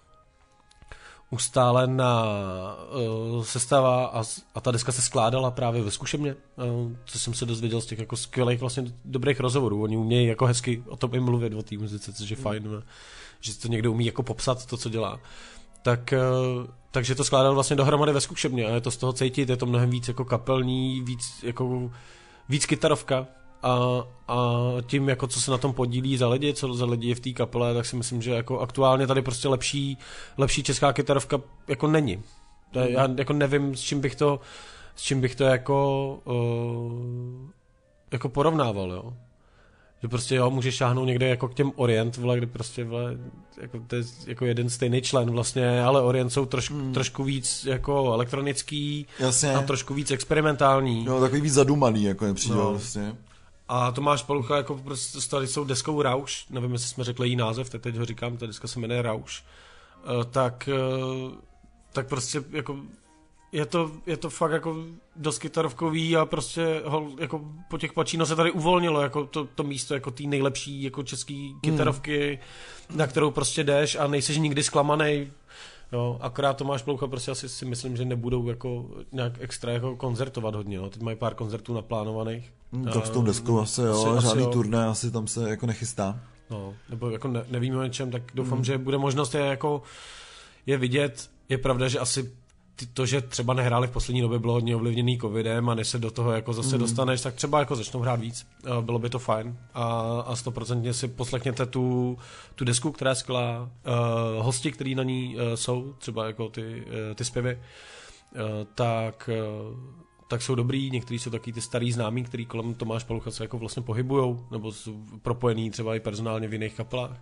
ustálená uh, sestava a, a ta deska se skládala právě ve zkušebně, uh, co jsem se dozvěděl z těch jako skvělých vlastně dobrých rozhovorů. Oni umějí jako hezky o tom i mluvit, o té muzice, což je fajn, že to někdo umí jako popsat to, co dělá. tak, takže to skládal vlastně dohromady ve zkušebně a je to z toho cítit, je to mnohem víc jako kapelní, víc, jako, víc kytarovka a, a tím, jako co se na tom podílí za lidi, co za lidi je v té kapele, tak si myslím, že jako aktuálně tady prostě lepší, lepší česká kytarovka jako není. Já jako nevím, s čím bych to, s čím bych to jako, uh, jako porovnával, jo. Že prostě jo, můžeš šáhnout někde jako k těm Orient, vole, kde prostě vole, jako to je jako jeden stejný člen vlastně, ale Orient jsou trošku, hmm. trošku víc jako elektronický. Jasně. A trošku víc experimentální. Jo, takový víc zadumaný, jako nepřijde no. vlastně. A Tomáš Palucha jako prostě stali jsou deskou Rauš, nevím, jestli jsme řekli její název, tak teď ho říkám, ta deska se jmenuje Rauš. Uh, tak, uh, tak prostě jako je to, je to fakt jako dost kytarovkový a prostě ho, jako po těch Pacino se tady uvolnilo jako to, to místo jako té nejlepší jako český kytarovky, mm. na kterou prostě jdeš a nejseš nikdy zklamanej. Jo, akorát Tomáš Palucha prostě asi si myslím, že nebudou jako nějak extra jako koncertovat hodně. Jo. Teď mají pár koncertů naplánovaných. Mm, tak s tou deskou asi jo, asi, žádný asi, turné asi tam se jako nechystá. No, nebo jako ne, nevíme o něčem, tak doufám, mm. že bude možnost je jako je vidět. Je pravda, že asi to, že třeba nehráli v poslední době, bylo hodně ovlivněný covidem a než se do toho jako zase mm. dostaneš, tak třeba jako začnou hrát víc. Bylo by to fajn. A stoprocentně si poslechněte tu, tu desku, která je skvělá. Uh, hosti, kteří na ní uh, jsou, třeba jako ty, uh, ty zpěvy, uh, tak, uh, tak jsou dobrý. Někteří jsou taky ty starý známí, který kolem Tomáš Palucha se jako vlastně pohybujou, nebo jsou propojený třeba i personálně v jiných kapelách.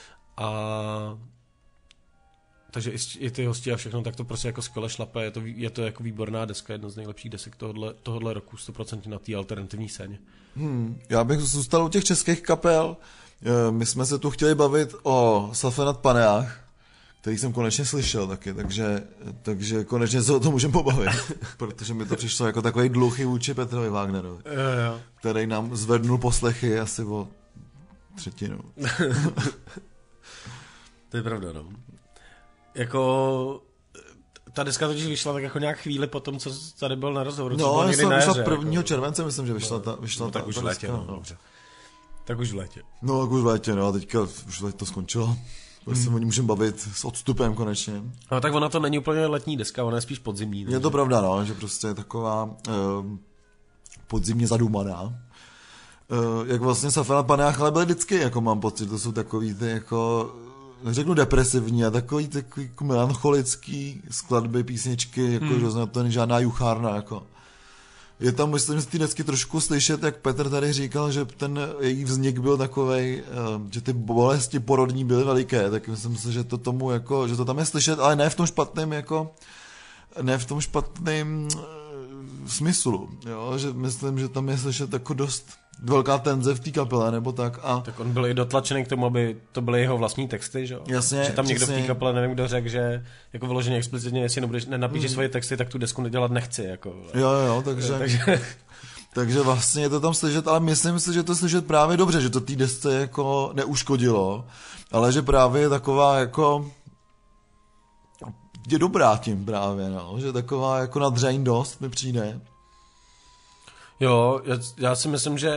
A takže i, i ty hosti a všechno, tak to prostě jako skvěle šlape, je to, je to jako výborná deska, jedna z nejlepších desek tohodle, tohodle roku, sto procent na té alternativní scéně. Hmm, já bych zůstal u těch českých kapel, my jsme se tu chtěli bavit o Safenat Paneách, který jsem konečně slyšel taky, takže, takže konečně se o tom můžeme pobavit, protože mi to přišlo jako takový dluhy vůči Petrovi Wagnerovi, jo, jo. který nám zvednul poslechy asi o třetinu. To je pravda, no. Jako ta deska totiž vyšla tak jako nějak chvíli po tom, co tady byl na rozhovoru. No, já jsem vyšla prvního jako, července, myslím, že vyšla ta, vyšla no, ta, tak už ta v létě, deska, no, no. dobře. Tak už v létě. No, tak už v létě, no a teďka už to skončilo. Už se o ní můžeme bavit s odstupem konečně. No tak ona to není úplně letní deska, ona je spíš podzimní. Je to pravda, no, že prostě je taková uh, podzimně zadumaná. Uh, jak vlastně Safenat Paneách, ale byly vždycky, jako mám pocit, to jsou takový ty jako řeknu depresivní a takový, takový jako melancholický skladby, písničky, jako hmm. že to není žádná juchárna, jako. Je tam, myslím, z té desky trošku slyšet, jak Petr tady říkal, že ten její vznik byl takovej, že ty bolesti porodní byly veliké, tak myslím si, že to tomu jako, že to tam je slyšet, ale ne v tom špatném jako, ne v tom špatném smyslu, jo, že myslím, že tam je slyšet jako dost velká tenze v té kapele, nebo tak. A tak on byl i dotlačený k tomu, aby to byly jeho vlastní texty, že jo? Jasně, že tam někdo přesně. v té kapele, nevím, kdo řekl, že jako vyloženě explicitně, jestli nebudeš, nenapíšeš mm. svoje texty, tak tu desku nedělat nechci, jako. Jo, jo, takže... takže... takže vlastně je to tam slyšet, ale myslím si, že to slyšet právě dobře, že to té desce jako neuškodilo, ale že právě je taková jako... je dobrá tím právě, no, že taková jako nadřeň dost mi přijde. Jo, já, já si myslím, že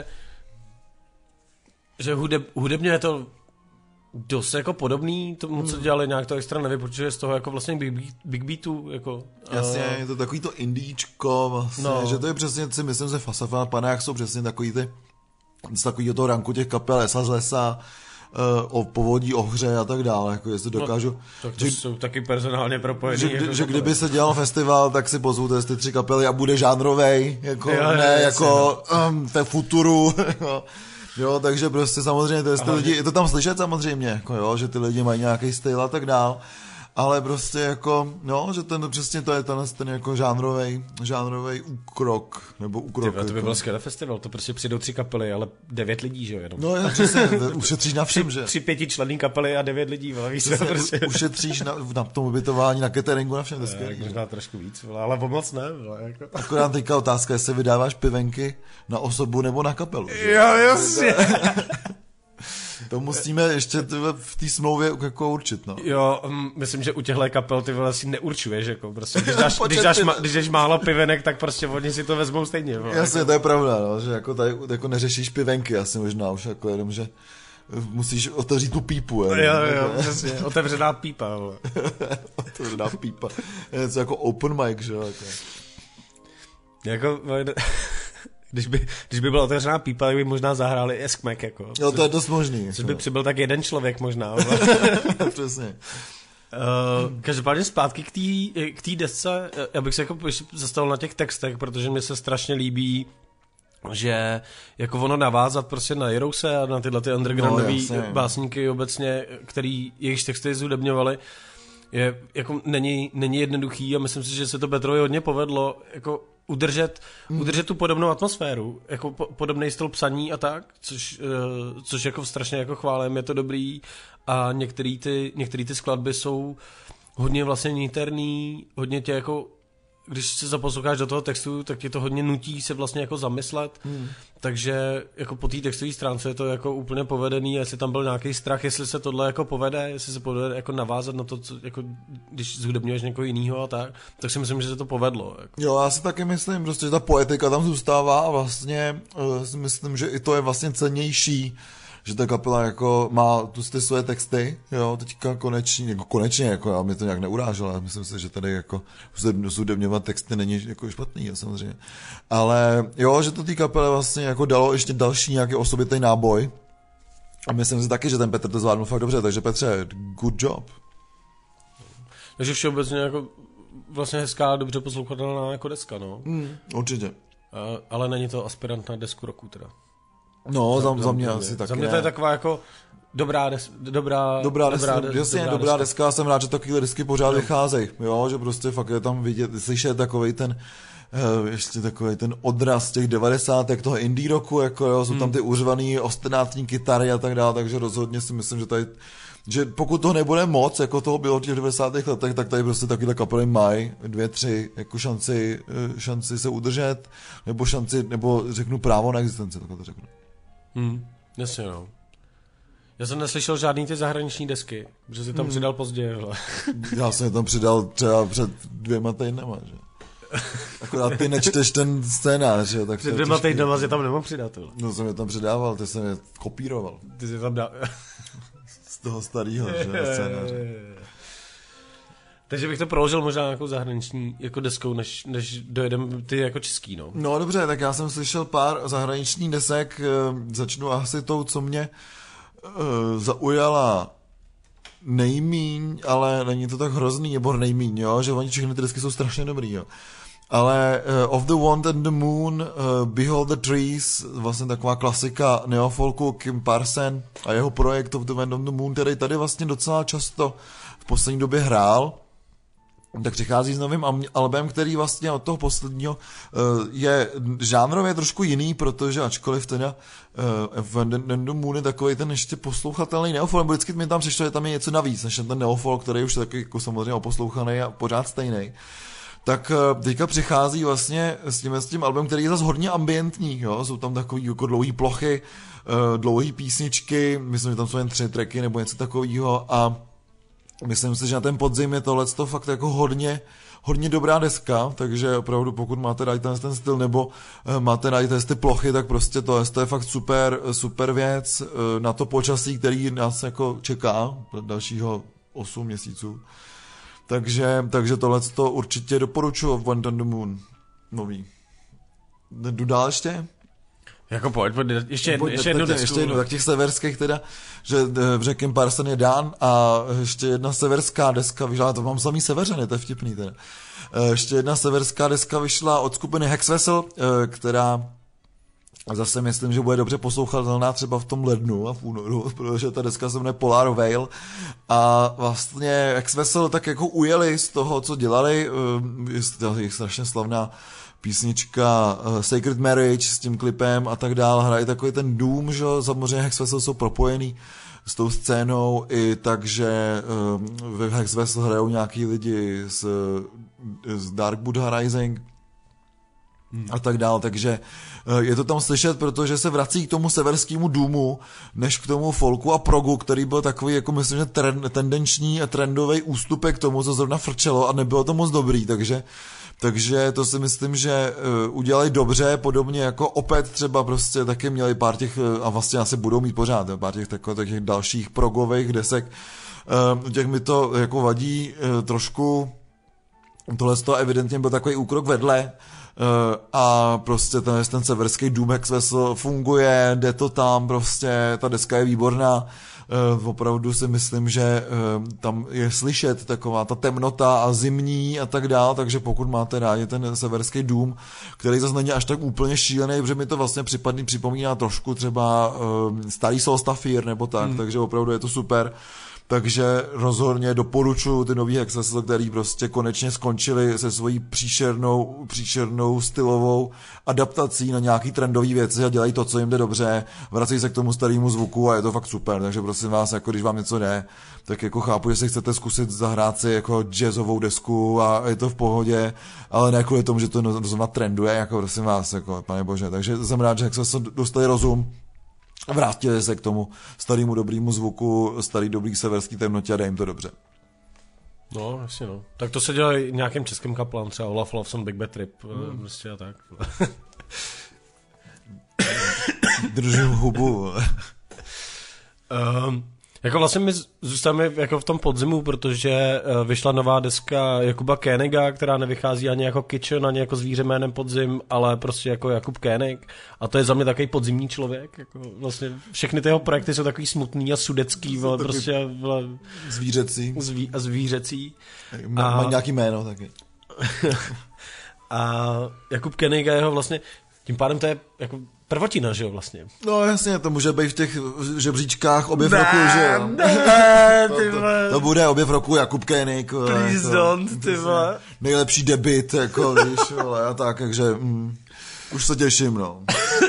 že hudeb, hudebně je to dost jako podobný tomu, co dělali, nějak to extra nevypočuje z toho jako vlastně Big, Beat, Big Beatu, jako. Jasně, je to takový to indíčko vlastně, no. Že to je přesně, si myslím, že Safenat Paneách jsou přesně takový ty, z takovýho toho ranku těch kapel Lesa z lesa, o povodí, o hře a tak dále, jako jestli dokážu. No, tak to že, jsou taky personálně propojený. Že, jako že kdyby se dělal festival, tak si pozvou ty tři kapely a bude žánrovej, jako jo, ne, je, jako um, ve futuru, jo, takže prostě samozřejmě to, ty lidi, je to tam slyšet samozřejmě, jako jo, že ty lidi mají nějaký styl a tak dál. Ale prostě jako, no, že ten přesně to je ten, ten jako žánrovej, žánrovej úkrok, nebo úkrok. Tyba, to by jako. byl skvělý festival, to prostě přijdou tři kapely, ale devět lidí, že jo, jenom. No, je, přesně, ušetříš na všem, že? Tři pětičlenný kapely a devět lidí, ale víš co, prostě. Ušetříš na, na tom ubytování, na cateringu, na všem, to je, možná trošku víc, ale pomoc ne, jako. Akorát teďka otázka, jestli vydáváš pivenky na osobu nebo na kapelu. Že? Jo, jasně. To musíme ještě v té smlouvě jako určit, no. Jo, um, myslím, že u těchto kapel ty vole si neurčuješ, jako prostě, když dáš, když dáš, ma, když dáš málo pivenek, tak prostě oni si to vezmou stejně. Vole. Jasně, to je pravda, no, že jako tady jako neřešíš pivenky, asi možná už jako jenom, že musíš otevřít tu pípu. Je, jo, jo, přesně, otevřená pípa. Otevřená pípa. Je to jako open mic, že jo. Jako, když by, když by byla otevřená pípa, tak by možná zahráli Eskmek, jako. Jo, to je dost možný. Což by přibyl tak jeden člověk možná. Přesně. Uh, každopádně zpátky k té k té desce, já bych se jako zastavil na těch textech, protože mi se strašně líbí, že jako ono navázat prostě na Jirouse a na tyhle ty undergroundový no, básníky obecně, který jejichž texty zhudebňovali, je, jako není, není jednoduchý a myslím si, že se to Petrovi hodně povedlo jako udržet, mm. udržet tu podobnou atmosféru, jako po, podobný styl psaní a tak, což, uh, což jako strašně jako chválím, je to dobrý a některý ty, některý ty skladby jsou hodně vlastně niterný, hodně tě jako, když se zaposloucháš do toho textu, tak tě to hodně nutí se vlastně jako zamyslet, mm. takže jako po té textové stránce je to jako úplně povedený, jestli tam byl nějaký strach, jestli se tohle jako povede, jestli se povede jako navázat na to, co, jako když zhudebňuješ někoho jinýho a tak, tak si myslím, že se to povedlo. Jako. Jo, já si taky myslím, prostě, že ta poetika tam zůstává a vlastně uh, si myslím, že i to je vlastně cennější, že ta kapela jako má tu ty svoje texty, jo, teďka konečně, jako konečně, jako já mě to nějak neuráželo, já myslím si, že tady jako zhudebňovat texty není jako špatný, jo, samozřejmě. Ale jo, že to té kapele vlastně jako dalo ještě další nějaký osobitý náboj a myslím si taky, že ten Petr to zvládnul fakt dobře, takže Petře, good job. Takže všeobecně jako vlastně hezká, dobře poslouchatelná jako deska, no. Mm, určitě. A, ale není to aspirant na desku roku teda. No, za, za mě asi taky Za mě to ne. je taková jako dobrá, des, dobrá, dobrá, deska, dobrá, des, jasně, dobrá, dobrá deska. deska. Jsem rád, že takovýhle desky pořád no. vycházejí, jo, že prostě fakt je tam vidět, slyšet takovej ten, uh, ještě takovej ten odraz těch devadesátek toho indie rocku, jako jo, jsou hmm. tam ty uřvaný ostinátní kytary a tak dále, takže rozhodně si myslím, že tady, že pokud toho nebude moc, jako toho bylo v těch devadesátých letech, tak tady prostě takovýhle kapely mají dvě, tři jako šanci, šanci se udržet, nebo šanci, nebo řeknu právo na existenci, takhle to řeknu. Hmm, jasně no. Já jsem neslyšel žádný ty zahraniční desky, protože si tam hmm. přidal později. Já jsem je tam přidal třeba před dvěma týdnama, že? Akorát ty nečteš ten scénář, že? Tak před dvěma týdnama si tam nemohl přidat. Tohle. No jsem je tam přidával, ty jsem je kopíroval. Ty jsi tam dal. Z toho starého, že? Scénáře. Takže bych to proložil možná nějakou zahraniční jako deskou, než, než dojedem ty jako český, no. No dobře, tak já jsem slyšel pár zahraničních desek, začnu asi tou, co mě uh, zaujala nejmíň, ale není to tak hrozný, nebo nejmíň, jo, že oni všechny ty desky jsou strašně dobrý, jo. Ale uh, Of the Wind and the Moon, uh, Behold the Trees, vlastně taková klasika neofolku Kim Parson a jeho projekt Of the Wind and the Moon, který tady vlastně docela často v poslední době hrál, tak přichází s novým albem, který vlastně od toho posledního uh, je žánrově trošku jiný, protože ačkoliv teda uh, v the Moon je takový ten ještě poslouchatelný neofolk, nebo vždycky mi tam přišlo, že tam je něco navíc, než ten neofolk, který už je takový jako samozřejmě oposlouchaný a pořád stejný. Tak uh, teďka přichází vlastně s tím, s tím albem, který je zase hodně ambientní, jo? Jsou tam takový jako dlouhý plochy, uh, dlouhý písničky, myslím, že tam jsou jen tři tracky nebo něco takového a myslím si, že na ten podzim je tohleto fakt jako hodně, hodně dobrá deska, takže opravdu pokud máte rád ten, ten styl nebo uh, máte rád ty plochy, tak prostě to, to je fakt super, super věc uh, na to počasí, který nás jako čeká dalšího osm měsíců. Takže, takže tohleto určitě doporučuji v Wind on the Moon nový. Jdu dál ještě? Jako pojď, pojď ještě, jednu, ještě jednu desku. Ještě jednu, tak těch severských teda, že v Kim Parson je dán a ještě jedna severská deska vyšla, to mám samý seveřany, to je vtipný teda. Ještě jedna severská deska vyšla od skupiny Hex Vessel, která zase myslím, že bude dobře poslouchatelná třeba v tom lednu a v únoru, protože ta deska se jmenuje Polar Veil a vlastně Hex Vessel tak jako ujeli z toho, co dělali, je strašně slavná písnička uh, Sacred Marriage s tím klipem a tak dále, hrají takový ten dům, že samozřejmě Hex Vessel jsou propojený s tou scénou i takže uh, v Hex Vessel hrajou nějaký lidi z, z Dark Buddha Rising hmm. a tak dále, takže uh, je to tam slyšet, protože se vrací k tomu severskému důmu, než k tomu folku a progu, který byl takový, jako myslím, že trend, tendenční a trendový ústupek k tomu, co zrovna frčelo a nebylo to moc dobrý, takže Takže to si myslím, že uh, udělali dobře, podobně jako Opeth třeba prostě taky měli pár těch, uh, a vlastně asi budou mít pořád, pár těch takových těch dalších progových desek, uh, těch mi to jako vadí uh, trošku, tohle z toho evidentně byl takový úkrok vedle, Uh, a prostě ten, ten severský Doom Express funguje, jde to tam, prostě ta deska je výborná, uh, opravdu si myslím, že uh, tam je slyšet taková ta temnota a zimní a tak dál, takže pokud máte rádi ten severský Doom, který zase není až tak úplně šílený, protože mi to vlastně připadný, připomíná trošku třeba uh, starý Solstafir nebo tak, hmm. takže opravdu je to super. Takže rozhodně doporučuji ty nový Hexes, který prostě konečně skončili se svojí příšernou, příšernou stylovou adaptací na nějaký trendový věci a dělají to, co jim jde dobře, vrací se k tomu starému zvuku a je to fakt super, takže prosím vás, jako když vám něco jde, tak jako chápu, že si chcete zkusit zahrát si jako jazzovou desku a je to v pohodě, ale ne kvůli tomu, že to zrovna trenduje, jako prosím vás, jako pane bože, takže jsem rád, že Hexes dostali rozum, vrátili se k tomu starému dobrému zvuku, starý dobrý severský temnotě a dej jim to dobře. No, jasně no. Tak to se dělá nějakým českým kaplám, třeba Olaf Lawson, Big Bad Trip, hmm. prostě a tak. Držím hubu. um, jako vlastně my zůstáváme jako v tom podzimu, protože vyšla nová deska Jakuba Koeniga, která nevychází ani jako Kitchen, ani jako zvíře jménem Podzim, ale prostě jako Jakub Koenig. A to je za mě takový podzimní člověk. Jako vlastně všechny ty jeho projekty jsou takový smutný a sudecký, vole, prostě vole, zvířecí. Zví, a zvířecí. Má, má nějaký jméno taky. A Jakub Koenig a jeho vlastně, tím pádem to je jako prvotina, že jo, vlastně. No jasně, to může být v těch žebříčkách objev ne, roku, že jo. Ne, ty to, to, to bude objev roku Jakub Koenig. Please to, don't, ty vole. Nejlepší debut, jako víš, vole, a tak, takže mm, už se těším, no.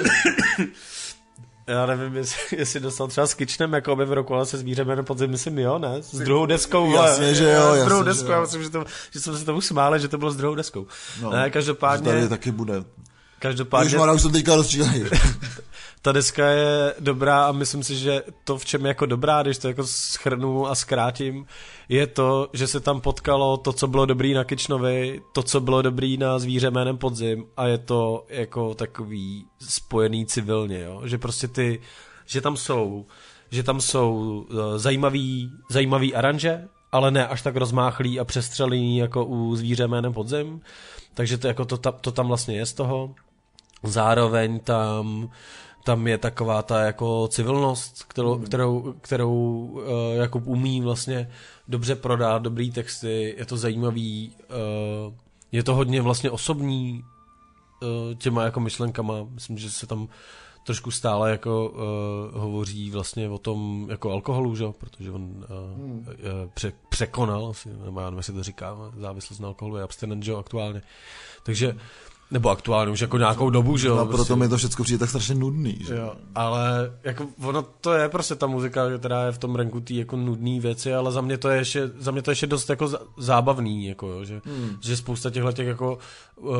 Já nevím, jestli, jestli dostal třeba s Kitchenem jako objev roku, ale se zvířem jménem Podzim, myslím, jo, ne? S druhou deskou, vole. Jasně, že jo, jasně, s druhou deskou, že já myslím, že, to, že jsme se tomu smáli, že to bylo s druhou deskou. No, ne, každopádně... Tady taky bude. Každopádně... Už má, už jsem teďka rozčílený. Ta deska je dobrá a myslím si, že to, v čem je jako dobrá, když to jako shrnu a zkrátím, je to, že se tam potkalo to, co bylo dobrý na Kitchenovi, to, co bylo dobrý na zvíře jménem Podzim a je to jako takový spojený civilně, jo? Že prostě ty, že tam jsou, že tam jsou zajímavý, zajímavý aranže, ale ne až tak rozmáchlý a přestřelný jako u zvíře jménem Podzim, takže to, jako to, to tam vlastně je z toho. Zároveň tam, tam je taková ta jako civilnost, kterou, kterou, kterou uh, Jakub umí vlastně dobře prodat, dobrý texty, je to zajímavý, uh, je to hodně vlastně osobní uh, těma jako myšlenkama, myslím, že se tam trošku stále jako uh, hovoří vlastně o tom jako alkoholu, že? Protože on uh, hmm. pře- překonal, asi, nebo já nevím, jestli to říká, závislost na alkoholu je abstinent, že? Aktuálně. Takže nebo aktuálně už jako nějakou dobu, že jo. No, proto prostě mi to všechno přijde tak strašně nudný, že jo. Ale jako ono to je prostě ta muzika, která je v tom ranku tý jako nudný věci, ale za mě to je ještě, za mě to je ještě dost jako zábavný, jako jo, že, hmm. že spousta těchto těch jako uh,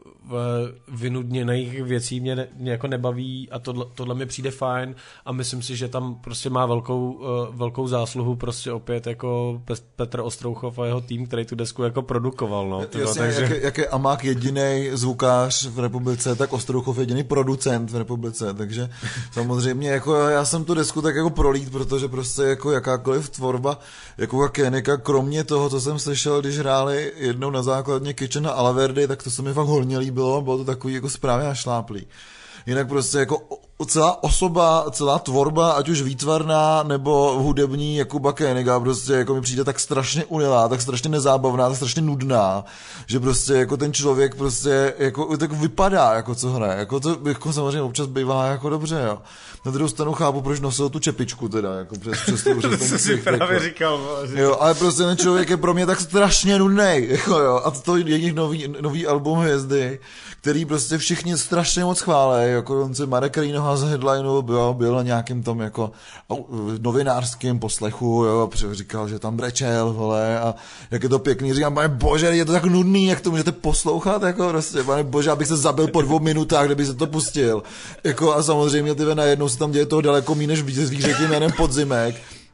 vynudněných věcí mě, ne, mě jako nebaví a tohle, tohle mi přijde fajn a myslím si, že tam prostě má velkou, uh, velkou zásluhu prostě opět jako Petr Ostrouchov a jeho tým, který tu desku jako produkoval, no. Jasně, takže... jak, je, jak je Amák jedinej zvuk v republice, tak Ostrouchov jediný producent v republice, takže samozřejmě jako já jsem tu desku tak jako prolít, protože prostě jako jakákoliv tvorba jako Koeniga, kromě toho, co jsem slyšel, když hráli jednou na základně Kitchen a Alaverdy, tak to se mi fakt hodně líbilo, bylo to takový jako správně našláplý. Jinak prostě jako celá osoba, celá tvorba, ať už výtvarná nebo hudební Jakuba Koeniga prostě jako mi přijde tak strašně unilá, tak strašně nezábavná, tak strašně nudná, že prostě jako ten člověk prostě jako tak vypadá, jako co hraje, jako to jako samozřejmě občas bývá jako dobře, jo. Na druhou stranu chápu, proč nosil tu čepičku teda, jako přes, přes to, přes ten si právě jako. říkal. Jo, ale prostě ten člověk je pro mě tak strašně nudnej, jako jo, a to je jejich nový, nový album Hvězdy, který prostě všichni strašně moc chválí, jako on se Marek Rýnoha z Headlineu byl, byl na nějakým tom jako novinářském poslechu, jo, a říkal, že tam brečel, vole, a jak je to pěkný, říkám, pane bože, je to tak nudný, jak to můžete poslouchat, jako prostě, pane bože, abych se zabil po dvou minutách, kdyby se to pustil, jako a samozřejmě ty najednou se tam děje toho daleko méně než zvířeti jménem Podzimek.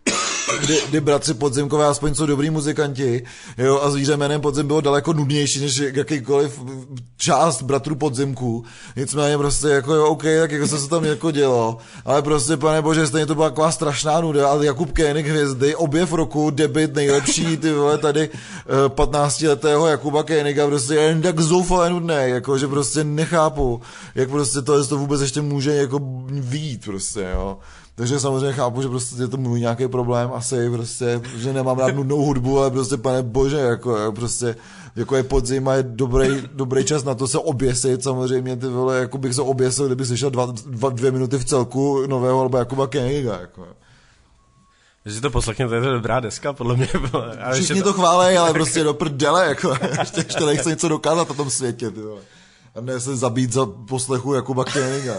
kdy, kdy bratři Podzimkové aspoň jsou dobrý muzikanti, jo, a Zvíře jménem Podzim bylo daleko nudnější než jakýkoliv část bratrů Podzimků. Nicméně prostě jako jo, OK, tak jako se tam jako dělo, ale prostě pane bože, stejně to byla taková strašná nuda, ale Jakub Koenig hvězdy, objev roku, debut nejlepší, ty vole, tady patnáctiletého Jakuba Koeniga, prostě jen tak zoufale nudnej, jako, že prostě nechápu, jak prostě to, to vůbec ještě může jako vyjít prostě, jo. Takže samozřejmě chápu, že prostě je to můj nějaký problém, asi prostě, že nemám rád nudnou hudbu, ale prostě pane bože, jako, jo, prostě, jako je podzim a je dobrý, dobrý čas na to se oběsit, samozřejmě, ty vole, jako bych se oběsil, kdybych slyšel dva, dva, dvě minuty v celku nového alba Jakuba Koeniga, jako. Že si to poslechněte, to je dobrá deska, podle mě. Ale všichni to chválej, ale prostě do prdele, jako, ještě, ještě nechce něco dokázat na tom světě, ty vole. A ne se zabít za poslechu Jakuba Koeniga.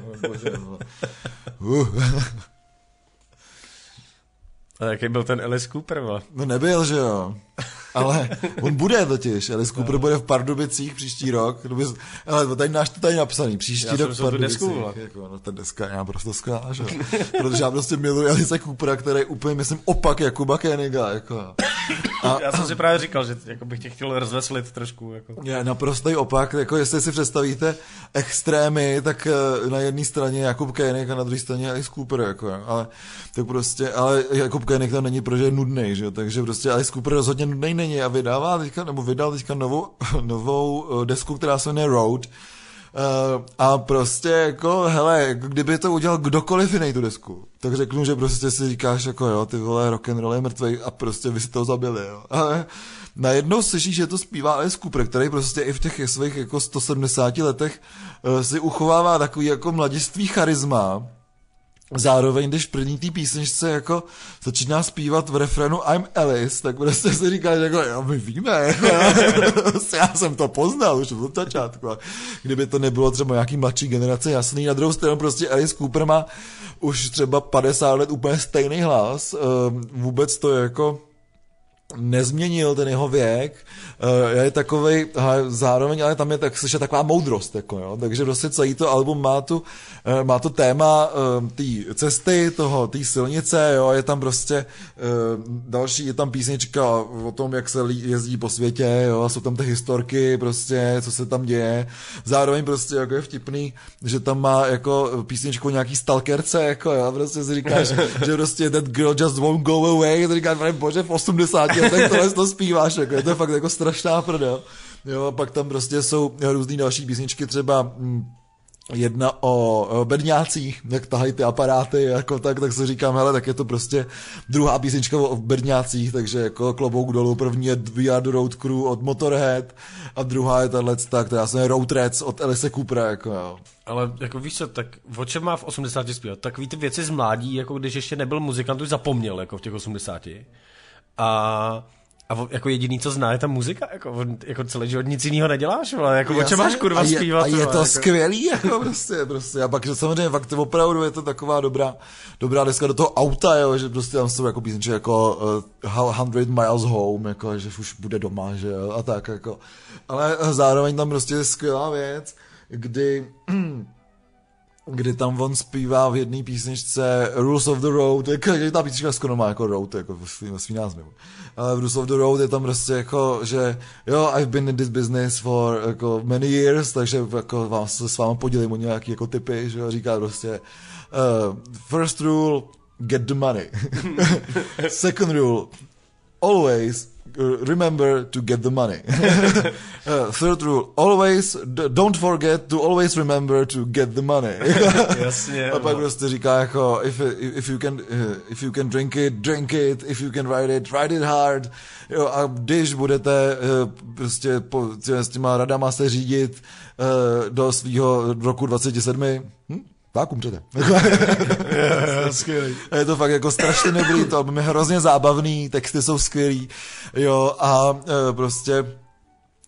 Uh. A jaký byl ten Alice Cooper, va? No nebyl, že jo. Ale on bude totiž. Alice Cooper no. bude v Pardubicích příští rok. Ale tady náš to tady napsaný. Příští já rok v Pardubicích. Jako, no ta deska je naprosto skvělá, že jo. Protože já prostě miluji Alice Coopera, který je úplně, myslím, opak Jakuba Koeniga. Jako. A, já jsem si právě říkal, že jako bych tě chtěl rozveslit trošku. Jako. Je naprostý opak. Jako jestli si představíte extrémy, tak na jedné straně Jakub Koenig a na druhé straně Alice Cooper. Jako, ale, tak prostě, ale Jakub Koenig tam není, protože je nudnej, že jo. Takže prostě Alice Cooper rozhodně nudnej není a vydává teďka, nebo vydal teďka novou, novou desku, která se jmenuje Road. Uh, a prostě jako, hele, jako kdyby to udělal kdokoliv jiný tu desku, tak řeknu, že prostě si říkáš jako jo, ty vole, rock'n'roll je mrtvej a prostě vy si to zabili, jo. Ale najednou slyšíš, že to zpívá Alice Cooper, který prostě i v těch svých jako sto sedmdesáti letech uh, si uchovává takový jako mladiství charisma. Zároveň, když v první té písničce jako začíná zpívat v refrénu I'm Alice, tak prostě si říká, že jako, jo, my víme, já jsem to poznal už od začátku. Kdyby to nebylo třeba nějaký mladší generace jasný, na druhou stranu prostě Alice Cooper má už třeba padesát let úplně stejný hlas, vůbec to jako nezměnil ten jeho věk, je takovej, zároveň, ale tam je tak slyšet taková moudrost, jako, jo, takže prostě celý to album má tu, má to téma té cesty, toho, té silnice, jo, je tam prostě další, je tam písnička o tom, jak se jezdí po světě, jo, jsou tam ty historky, prostě, co se tam děje, zároveň prostě, jako je vtipný, že tam má jako písničku nějaký stalkerce, jako, jo, prostě si říkáš, že prostě that girl just won't go away, to říkáš, bože, v osmdesáti letech tohle to zpíváš, jako, je to fakt jako strašná prdel. Jo, a pak tam prostě jsou různý další písničky, třeba hm, jedna o, o bedňácích, jak tahají ty aparáty, jako tak, tak si říkám, hele, tak je to prostě druhá písnička o bedňácích, takže jako klobouk dolů, první je We Are The Road Crew od Motorhead a druhá je tato, která se jmenuje Road Rats od Alice Coopera, jako jo. Ale jako víš co, tak o čem má v osmdesáti zpívat? Takový ty věci z mládí, jako když ještě nebyl muzikant, už zapomněl, jako v těch osmdesáti. A, a jako jediný, co zná, je ta muzika, jako, jako celý život nic jiného neděláš, ale jako o čem máš kurva zpívat. A je, a je to jako skvělý, jako prostě, prostě. A pak samozřejmě fakt opravdu je to taková dobrá, dobrá deska do toho auta, jo, že prostě tam jsou jako písničky jako uh, Hundred Miles Home, jako, že už bude doma, že jo, a tak, jako. Ale zároveň tam prostě je skvělá věc, kdy kdy tam on zpívá v jedné písničce Rules of the Road, jako, ta písnička skoro má jako road, jako ve svým, svým názvu. Ale v Rules of the Road je tam prostě jako, že jo, I've been in this business for jako many years, takže jako vám se s váma podělím o nějaký jako typy, že jo, říká prostě uh, first rule, get the money. Second rule, always remember to get the money. uh, third rule, always, d- don't forget to always remember to get the money. Jasně. A pak prostě říká jako, if, if, you can, uh, if you can drink it, drink it, if you can ride it, ride it hard. Jo, a když budete uh, prostě po, s těma radama se řídit uh, do svýho roku dvacet sedm, hm? Tak umřete. Je to fakt jako strašně dobrý, to album je hrozně zábavný, texty jsou skvělý, jo, a e, prostě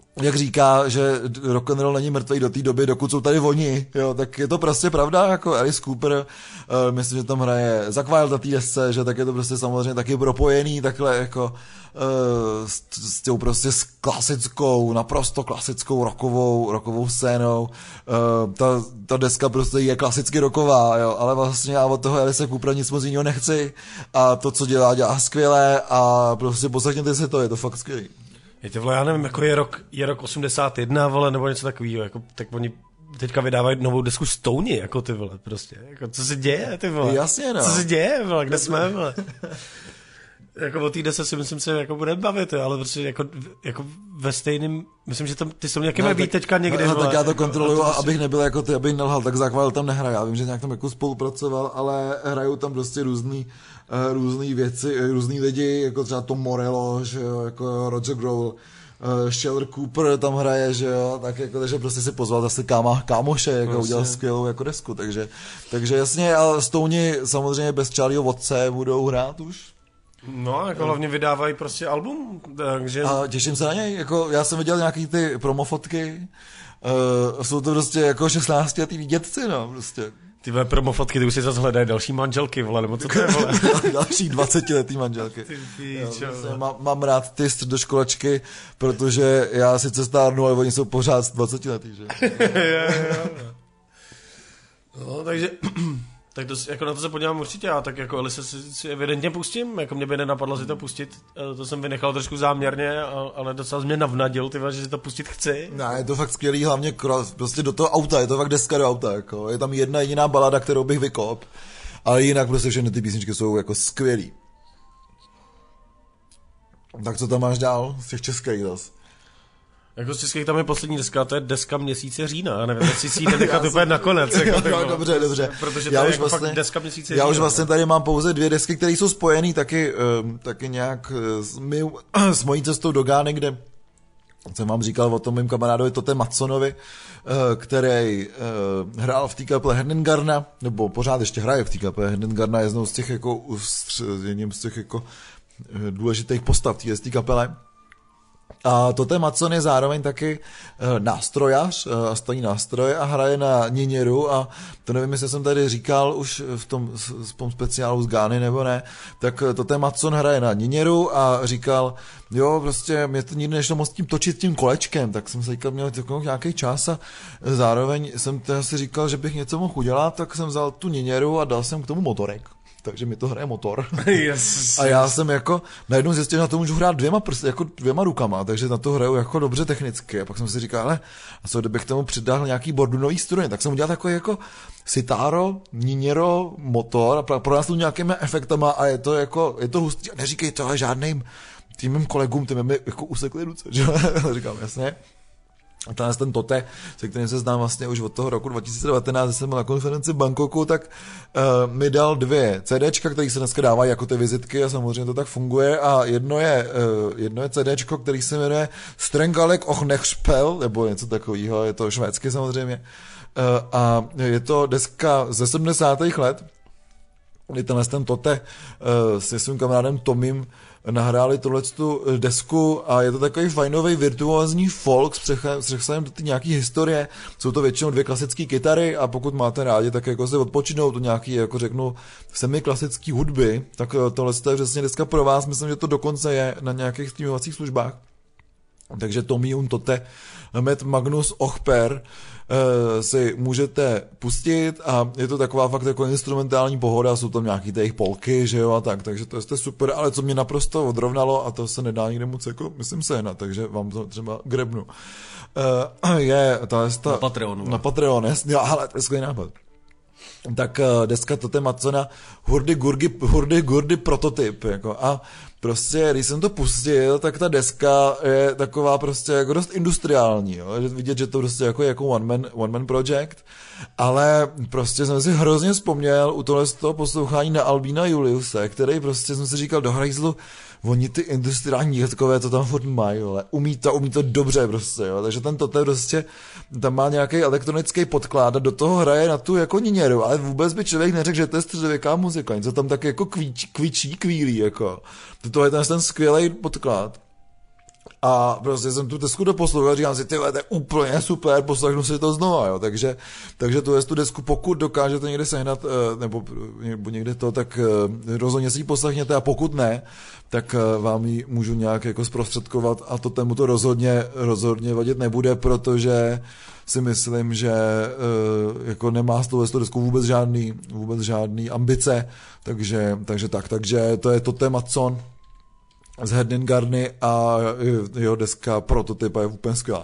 jak říká, že rock and roll není mrtvý do té doby, dokud jsou tady oni, jo, tak je to prostě pravda, jako Alice Cooper, uh, myslím, že tam hraje Zakk Wylde na té desce, že tak je to prostě samozřejmě taky propojený takhle jako uh, s, s tou prostě s klasickou, naprosto klasickou rockovou, rockovou scénou. Uh, ta, ta deska prostě je klasicky rocková, jo, ale vlastně já od toho Alice Coopera nic moc jiného nechci a to, co dělá, dělá skvěle a prostě poslechněte si to, je to fakt skvělý. Je to, vole, já nevím, jako je rok, je rok osmdesát jedna, vole, nebo něco takového, jako, tak oni teďka vydávají novou desku Stony, jako ty vole, prostě, jako, co se děje, ty vole? Jasně, no. Co se děje, vole, kde jsme, vole? Jako o té desce si myslím, se jako budeme bavit, ale prostě jako, jako ve stejným, myslím, že tam, ty jsou nějaký mají být teďka někde, no, vole. Tak já to kontroluju, a abych nebyl jako ty, abych nelhal, tak Zakk Wylde tam nehraje, já vím, že nějak tam jako spolupracoval, ale hrajou tam prostě různý uh, různý věci, různý lidi, jako třeba Tom Morello, že jo, jako Roger Grohl, Uh, Sheldon Cooper tam hraje, že jo, tak jako, takže prostě si pozval zase káma, kámoše, jako vlastně. Udělal skvělou jako desku, takže, takže jasně, ale Stoni samozřejmě bez Charlieho Watse budou hrát už. No, jako hlavně vydávají prostě album, takže... A těším se na něj, jako já jsem viděl nějaký ty promofotky, uh, jsou to prostě jako šestnáctiletý dětci, no, prostě. Ty vole promofotky, ty už si zase hledají další manželky, vole, nebo co to je, vole? Další dvacetiletý manželky. Ty píčo, jo, mám, mám rád ty středoškolačky, protože já sice stárnu, ale oni jsou pořád dvacetiletý, že? jo, jo. No, takže... Tak to, jako na to se podívám určitě, a tak jako Alice si, si evidentně pustím, jako mě by nenapadlo si to pustit, to jsem vynechal trošku záměrně, ale docela mě navnadil, ty že si to pustit chci. Ne, je to fakt skvělý, hlavně prostě do toho auta, je to fakt deska do auta, jako. Je tam jedna jediná balada, kterou bych vykop, ale jinak prostě všechny ty písničky jsou jako skvělý. Tak co tam máš dál z těch českých zas? Jako z českých tam je poslední deska, to je deska měsíce října, já nevím, jestli si ji nenechat úplně nakonec. Jako no, dobře, dobře. Protože já to je už jako vlastně, fakt deska měsíce Já října, už vlastně tady mám pouze dvě desky, které jsou spojené taky, um, taky nějak s, my, s mojí cestou do Gány, kde jsem vám říkal o tom mým kamarádovi Tote Matsonovi, uh, který uh, hrál v té kaple Herningarna, nebo pořád ještě hraje v té kaple Herningarna, je jednou z těch jako, jedním z těch jako důležitých postav v té kapele. A Tote Matson je zároveň taky uh, nástrojař, uh, a staví nástroje a hraje na niněru a to nevím, jestli jsem tady říkal už v tom, v tom speciálu z Gány nebo ne, tak uh, Tote Matson hraje na niněru a říkal, jo, prostě mě to nikdy nešlo moc tím točit tím kolečkem, tak jsem se říkal, měl nějaký čas a zároveň jsem teda si říkal, že bych něco mohl udělat, tak jsem vzal tu niněru a dal jsem k tomu motorek. Takže mi to hraje motor. Yes. A já jsem jako najednou zjistil, že na to můžu hrát dvěma prsty, jako dvěma rukama, takže na to hraju jako dobře technicky. A pak jsem si říkal, ale a co kdybych tomu přidal nějaký bordunový struny, tak jsem udělal takový jako sitáro, niněro, motor a pro nás tu nějakými efektama a je to jako, je to hustý. Neříkej to ale žádným tím mým kolegům, ty mi jako usekli ruce, že? Říkám, jasně. A tenhle ten Tote, se kterým se znám vlastně už od toho roku dva tisíce devatenáct, jsem byl na konferenci v Bangkoku, tak uh, mi dal dvě CDčka, které se dneska dávají jako ty vizitky a samozřejmě to tak funguje a jedno je, uh, jedno je CDčko, který se jmenuje Strengalek och nechspel, nebo něco takového, je to švédsky samozřejmě, uh, a je to deska ze sedmdesátých let, kdy tenhle ten Tote uh, se svým kamarádem Tomím nahráli tohletu desku a je to takový fajnový virtuózní folk s přesahem do ty nějaký historie. Jsou to většinou dvě klasické kytary a pokud máte rádi, tak jako se odpočinou do nějaký, jako řeknu, semiklasický hudby, tak tohle je přesně deska pro vás. Myslím, že to dokonce je na nějakých streamovacích službách. Takže Tommy und Tote met Magnus Ochper uh, si můžete pustit a je to taková fakt jako instrumentální pohoda, jsou tam nějaký těch polky, že jo, a tak, takže to je super, ale co mě naprosto odrovnalo a to se nedá nikde moc jako, myslím sehnat, takže vám to třeba grebnu. Uh, je, ta je ta... Na Patreonu. Na Patreon, jasně, ale to je skvělý nápad. Tak uh, deska Tote Matsona Hurdy Gurdy, Hurdy Gurdy prototyp, jako a prostě, když jsem to pustil, tak ta deska je taková prostě jako dost industriální, jo? Vidět, že to prostě jako je jako one man, one man project, ale prostě jsem si hrozně vzpomněl u tohle z toho poslouchání na Albína Juliuse, který prostě jsem si říkal do hajzlu, oni ty industriální dětkové to tam furt mají, ale umí to, umí to dobře prostě, jo? Takže ten Tote prostě tam má nějaký elektronický podklad a do toho hraje na tu jako niněru, ale vůbec by člověk neřekl, že to je středověká muzika, něco tam tak jako kvíč, kvíčí, kvílí, jako. To je ten, ten skvělý podklad. A prostě jsem tu desku doposlouchal, říkám si, tyhle, to je úplně super, poslechnu si to znova, jo. Takže, takže tu, tu desku, pokud dokážete někde sehnat, nebo, nebo někde to, tak rozhodně si ji poslechněte, a pokud ne, tak vám ji můžu nějak jako zprostředkovat, a to tému to rozhodně, rozhodně vadit nebude, protože si myslím, že jako nemá s tou deskou vůbec žádný, vůbec žádný ambice, takže, takže tak, takže to je to téma Con z Herdingarny a jeho deska Prototyp je úplně skvělá.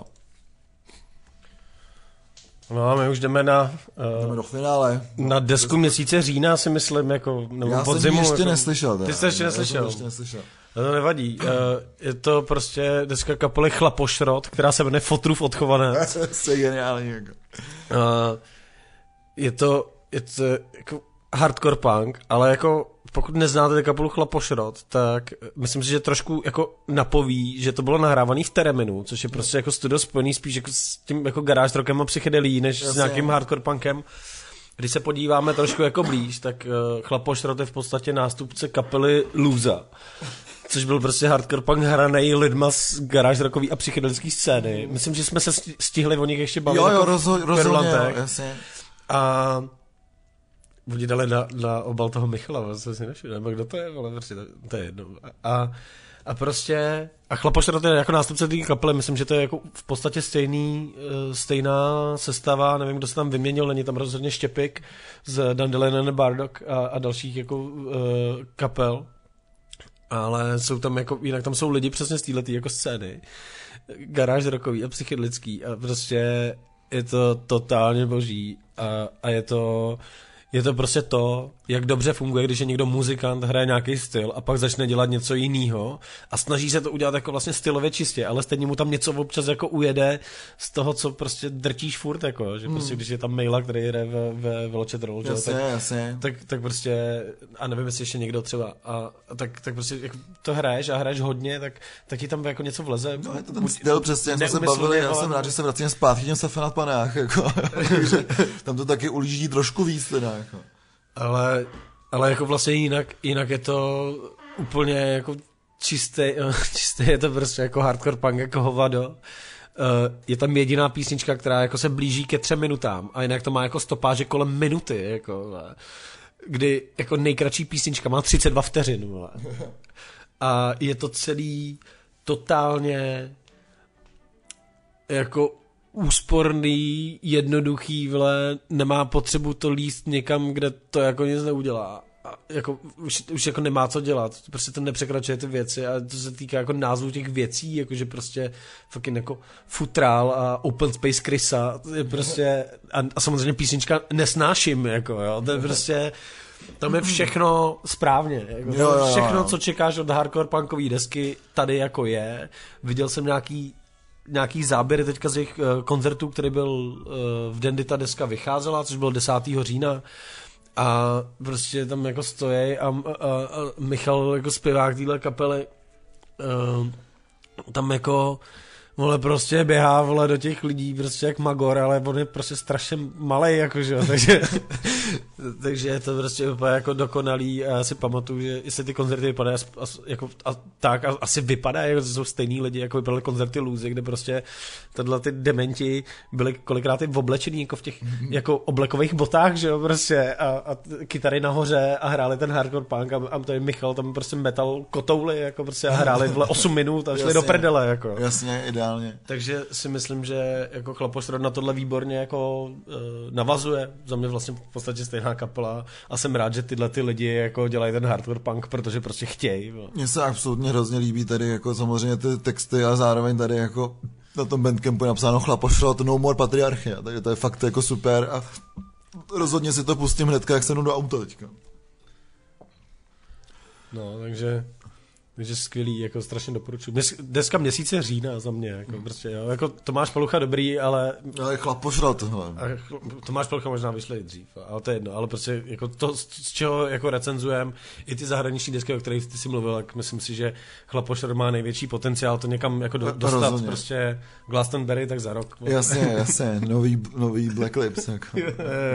No a my už jdeme na, uh, jdeme do finále. Na desku Deska... měsíce října, si myslím, jako, nebo já podzimu. Já jsem ještě jako, neslyšel. Ty jsi ještě neslyšel. Já ještě neslyšel. No to nevadí. Uh, je to prostě deska kapely Chlapošrot, která se jmenuje Fotrův odchovanec. To je geniální. Jako. Uh, je to, je to jako hardcore punk, ale jako pokud neznáte kapelu Chlapošrot, tak myslím si, že trošku jako napoví, že to bylo nahrávané v Tereminu, což je prostě jako studio spojený spíš jako s tím jako garáž rockem a psychedelí, než Jasně. s nějakým hardcore punkem. Když se podíváme trošku jako blíž, tak uh, Chlapošrot je v podstatě nástupce kapely Luza, což byl prostě hardcore punk hranej lidma z garáž rockový a psychedelický scény. Myslím, že jsme se stihli o nich ještě bavit. Jo, jo, jako rozho- rozhodně, jo, jasně. A oni dali na, na obal toho Michala, jsem si nevšiml, nebo kdo to je, ale prostě to, to je jedno. A, a prostě, a Chlapošrot je jako nástupce té kapely, myslím, že to je jako v podstatě stejný, stejná sestava, nevím, kdo se tam vyměnil, není tam rozhodně Štěpik z Dandelion and Bardock a, a dalších jako uh, kapel, ale jsou tam jako, jinak tam jsou lidi přesně z této jako scény, garáž rockový a psychedelický a prostě je to totálně boží a, a je to Je to prostě to, jak dobře funguje, když je někdo muzikant, hraje nějaký styl a pak začne dělat něco jiného a snaží se to udělat jako vlastně stylově čistě, ale stejně mu tam něco občas jako ujede z toho, co prostě drtíš furt, jako, že prostě když je tam Maila, který jde ve, ve Veločet Roll, jasně, tak, jasně. Tak, tak prostě, a nevím, jestli ještě někdo třeba, a, a tak, tak prostě jak to hraješ a hraješ hodně, tak, tak ti tam jako něco vleze. No je to ten styl přesně, jak jsme se bavili, já jsem rád, že se vracím zpátky těm Safenat panách, jako, tam to taky ulíží trošku víc teda, jako. Ale, ale jako vlastně jinak, jinak je to úplně jako čisté, čisté je to prostě jako hardcore punk, jako hovado. Uh, je tam jediná písnička, která jako se blíží ke třem minutám a jinak to má jako stopáže kolem minuty, jako, kdy jako nejkratší písnička má třicet dva vteřin. A je to celý totálně jako úsporný, jednoduchý, vle, nemá potřebu to líst někam, kde to jako nic neudělá. A jako, už, už jako nemá co dělat, prostě to nepřekračuje ty věci a to se týká jako názvu těch věcí, jakože prostě fucking jako Futrál a Open Space Chrisa, je prostě, a, a samozřejmě písnička Nesnáším, jako jo, to je prostě, tam je všechno správně, jako, jo, jo, jo. všechno, co čekáš od hardcore punkové desky, tady jako je, viděl jsem nějaký nějaký záběry teďka z jejich uh, koncertů, který byl uh, v den, kdy ta deska vycházela, což bylo desátého října a prostě tam jako stojí a, a, a Michal jako zpěvák téhle kapely uh, tam jako vole prostě běhá vole do těch lidí prostě jak magor, ale on je prostě strašně malej jakože, takže takže je to prostě úplně jako dokonalý a já si pamatuju, že jestli ty koncerty vypadají a, jako, a tak a, asi vypadají, jako jsou stejný lidi, jako vypadaly koncerty Luzy, kde prostě tato ty dementi byly kolikrát i oblečený jako v těch jako oblekových botách, že jo, prostě a, a kytary nahoře a hráli ten hardcore punk a, a to je Michal tam prostě metal kotouly, jako prostě a hráli vle osm minut a šli jasně, do prdele, jako. Jasně, ideálně. Takže si myslím, že jako Chlapošrot na tohle výborně jako uh, navazuje, za mě vlastně v podstatě stejná kapela a jsem rád, že tyhle ty lidi jako dělají ten hardcore punk, protože prostě chtějí. Mně se absolutně hrozně líbí tady jako samozřejmě ty texty a zároveň tady jako na tom Bandcampu je napsáno Chlapošrot, no more patriarchia, takže to je fakt jako super a rozhodně si to pustím hnedka, jak se jdu do auta teďka. No, takže takže skvělý, jako strašně doporučuji. Deska Měsíce října za mě, jako prostě, jo. Jako Tomáš Palucha dobrý, ale... Ale Chlapošrot, hele. Tomáš Palucha možná vyšli dřív, ale to je jedno, ale prostě jako to, z čeho jako recenzujem, i ty zahraniční desky, o kterých ty jsi mluvil, tak myslím si, že Chlapošrot má největší potenciál to někam jako do, dostat, rozhodně. Prostě Glastonbury tak za rok. Jasně, jasně, nový, nový Black Lips, jako.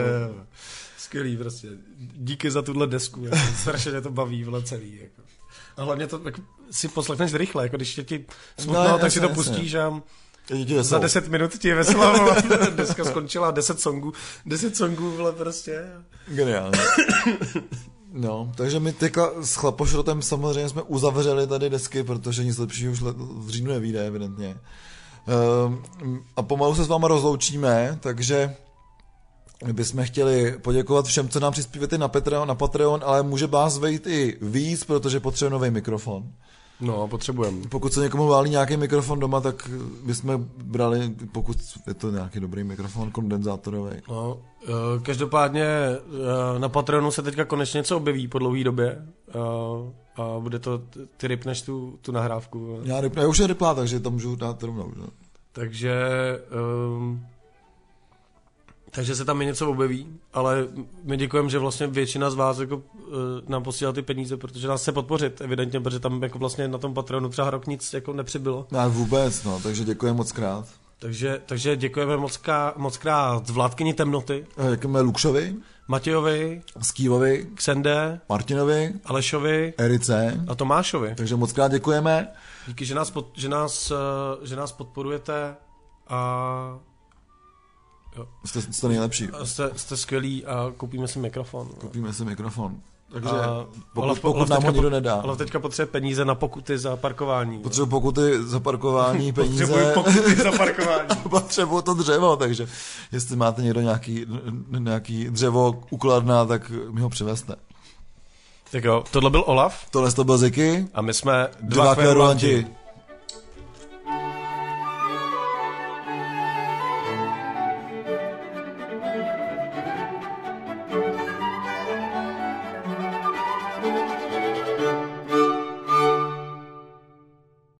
Skvělý prostě. Díky za tuhle desku, jako, strašně to baví, vle celý, jako. A hlavně to jako, si poslechneš rychle, jako když tě ti smutno, no, tak jasně, si to jasně. pustíš a za za deset minut ti je veselo. Dneska skončila deset songů. deset songů, vle, prostě. Geniálně. No, takže my teďka s Chlapošrotem samozřejmě jsme uzavřeli tady desky, protože nic lepšího už v říjnu nevyjde, evidentně. Um, a pomalu se s váma rozloučíme, takže bychom chtěli poděkovat všem, co nám přispíváte na Patreon, na Patreon, ale může vás vejít i víc, protože potřebuje nový mikrofon. No, potřebujeme. Pokud se někomu válí nějaký mikrofon doma, tak bychom brali, pokud je to nějaký dobrý mikrofon, kondenzátorový. No, každopádně na Patreonu se teďka konečně něco objeví po dlouhé době a bude to, ty rypneš tu, tu nahrávku. Já, rypnu, já už je ryplá, takže to můžu dát rovnou. Že? Takže um, takže se tam i něco objeví, ale my děkujeme, že vlastně většina z vás jako, uh, nám posílá ty peníze, protože nás chce podpořit, evidentně, protože tam jako vlastně na tom Patreonu třeba rok nic jako nepřibylo. No, vůbec, no, takže děkujeme moc krát. Takže, takže děkujeme moc, krát, moc krát Vládkyni temnoty, děkujeme Lukšovi, Matějovi, Skývovi, Xende, Martinovi, Alešovi, Erice a Tomášovi. Takže moc krát děkujeme. Díky, že nás, pod, že nás, že nás podporujete a jo. Jste, jste nejlepší. Jste, jste skvělí a koupíme si mikrofon. Koupíme si mikrofon. Takže a, pokud, ale, pokud ale nám ho nikdo po, nedá. Ale teďka potřebuje peníze na pokuty za parkování. Potřebuji pokuty za parkování, peníze. Potřebuji pokuty za parkování. Potřebuji to dřevo, takže jestli máte někdo nějaký, nějaký dřevo ukladná, tak mi ho přivezte. Tak jo, tohle byl Olaf. Tohle to byl Ziky. A my jsme dva kvérulanti.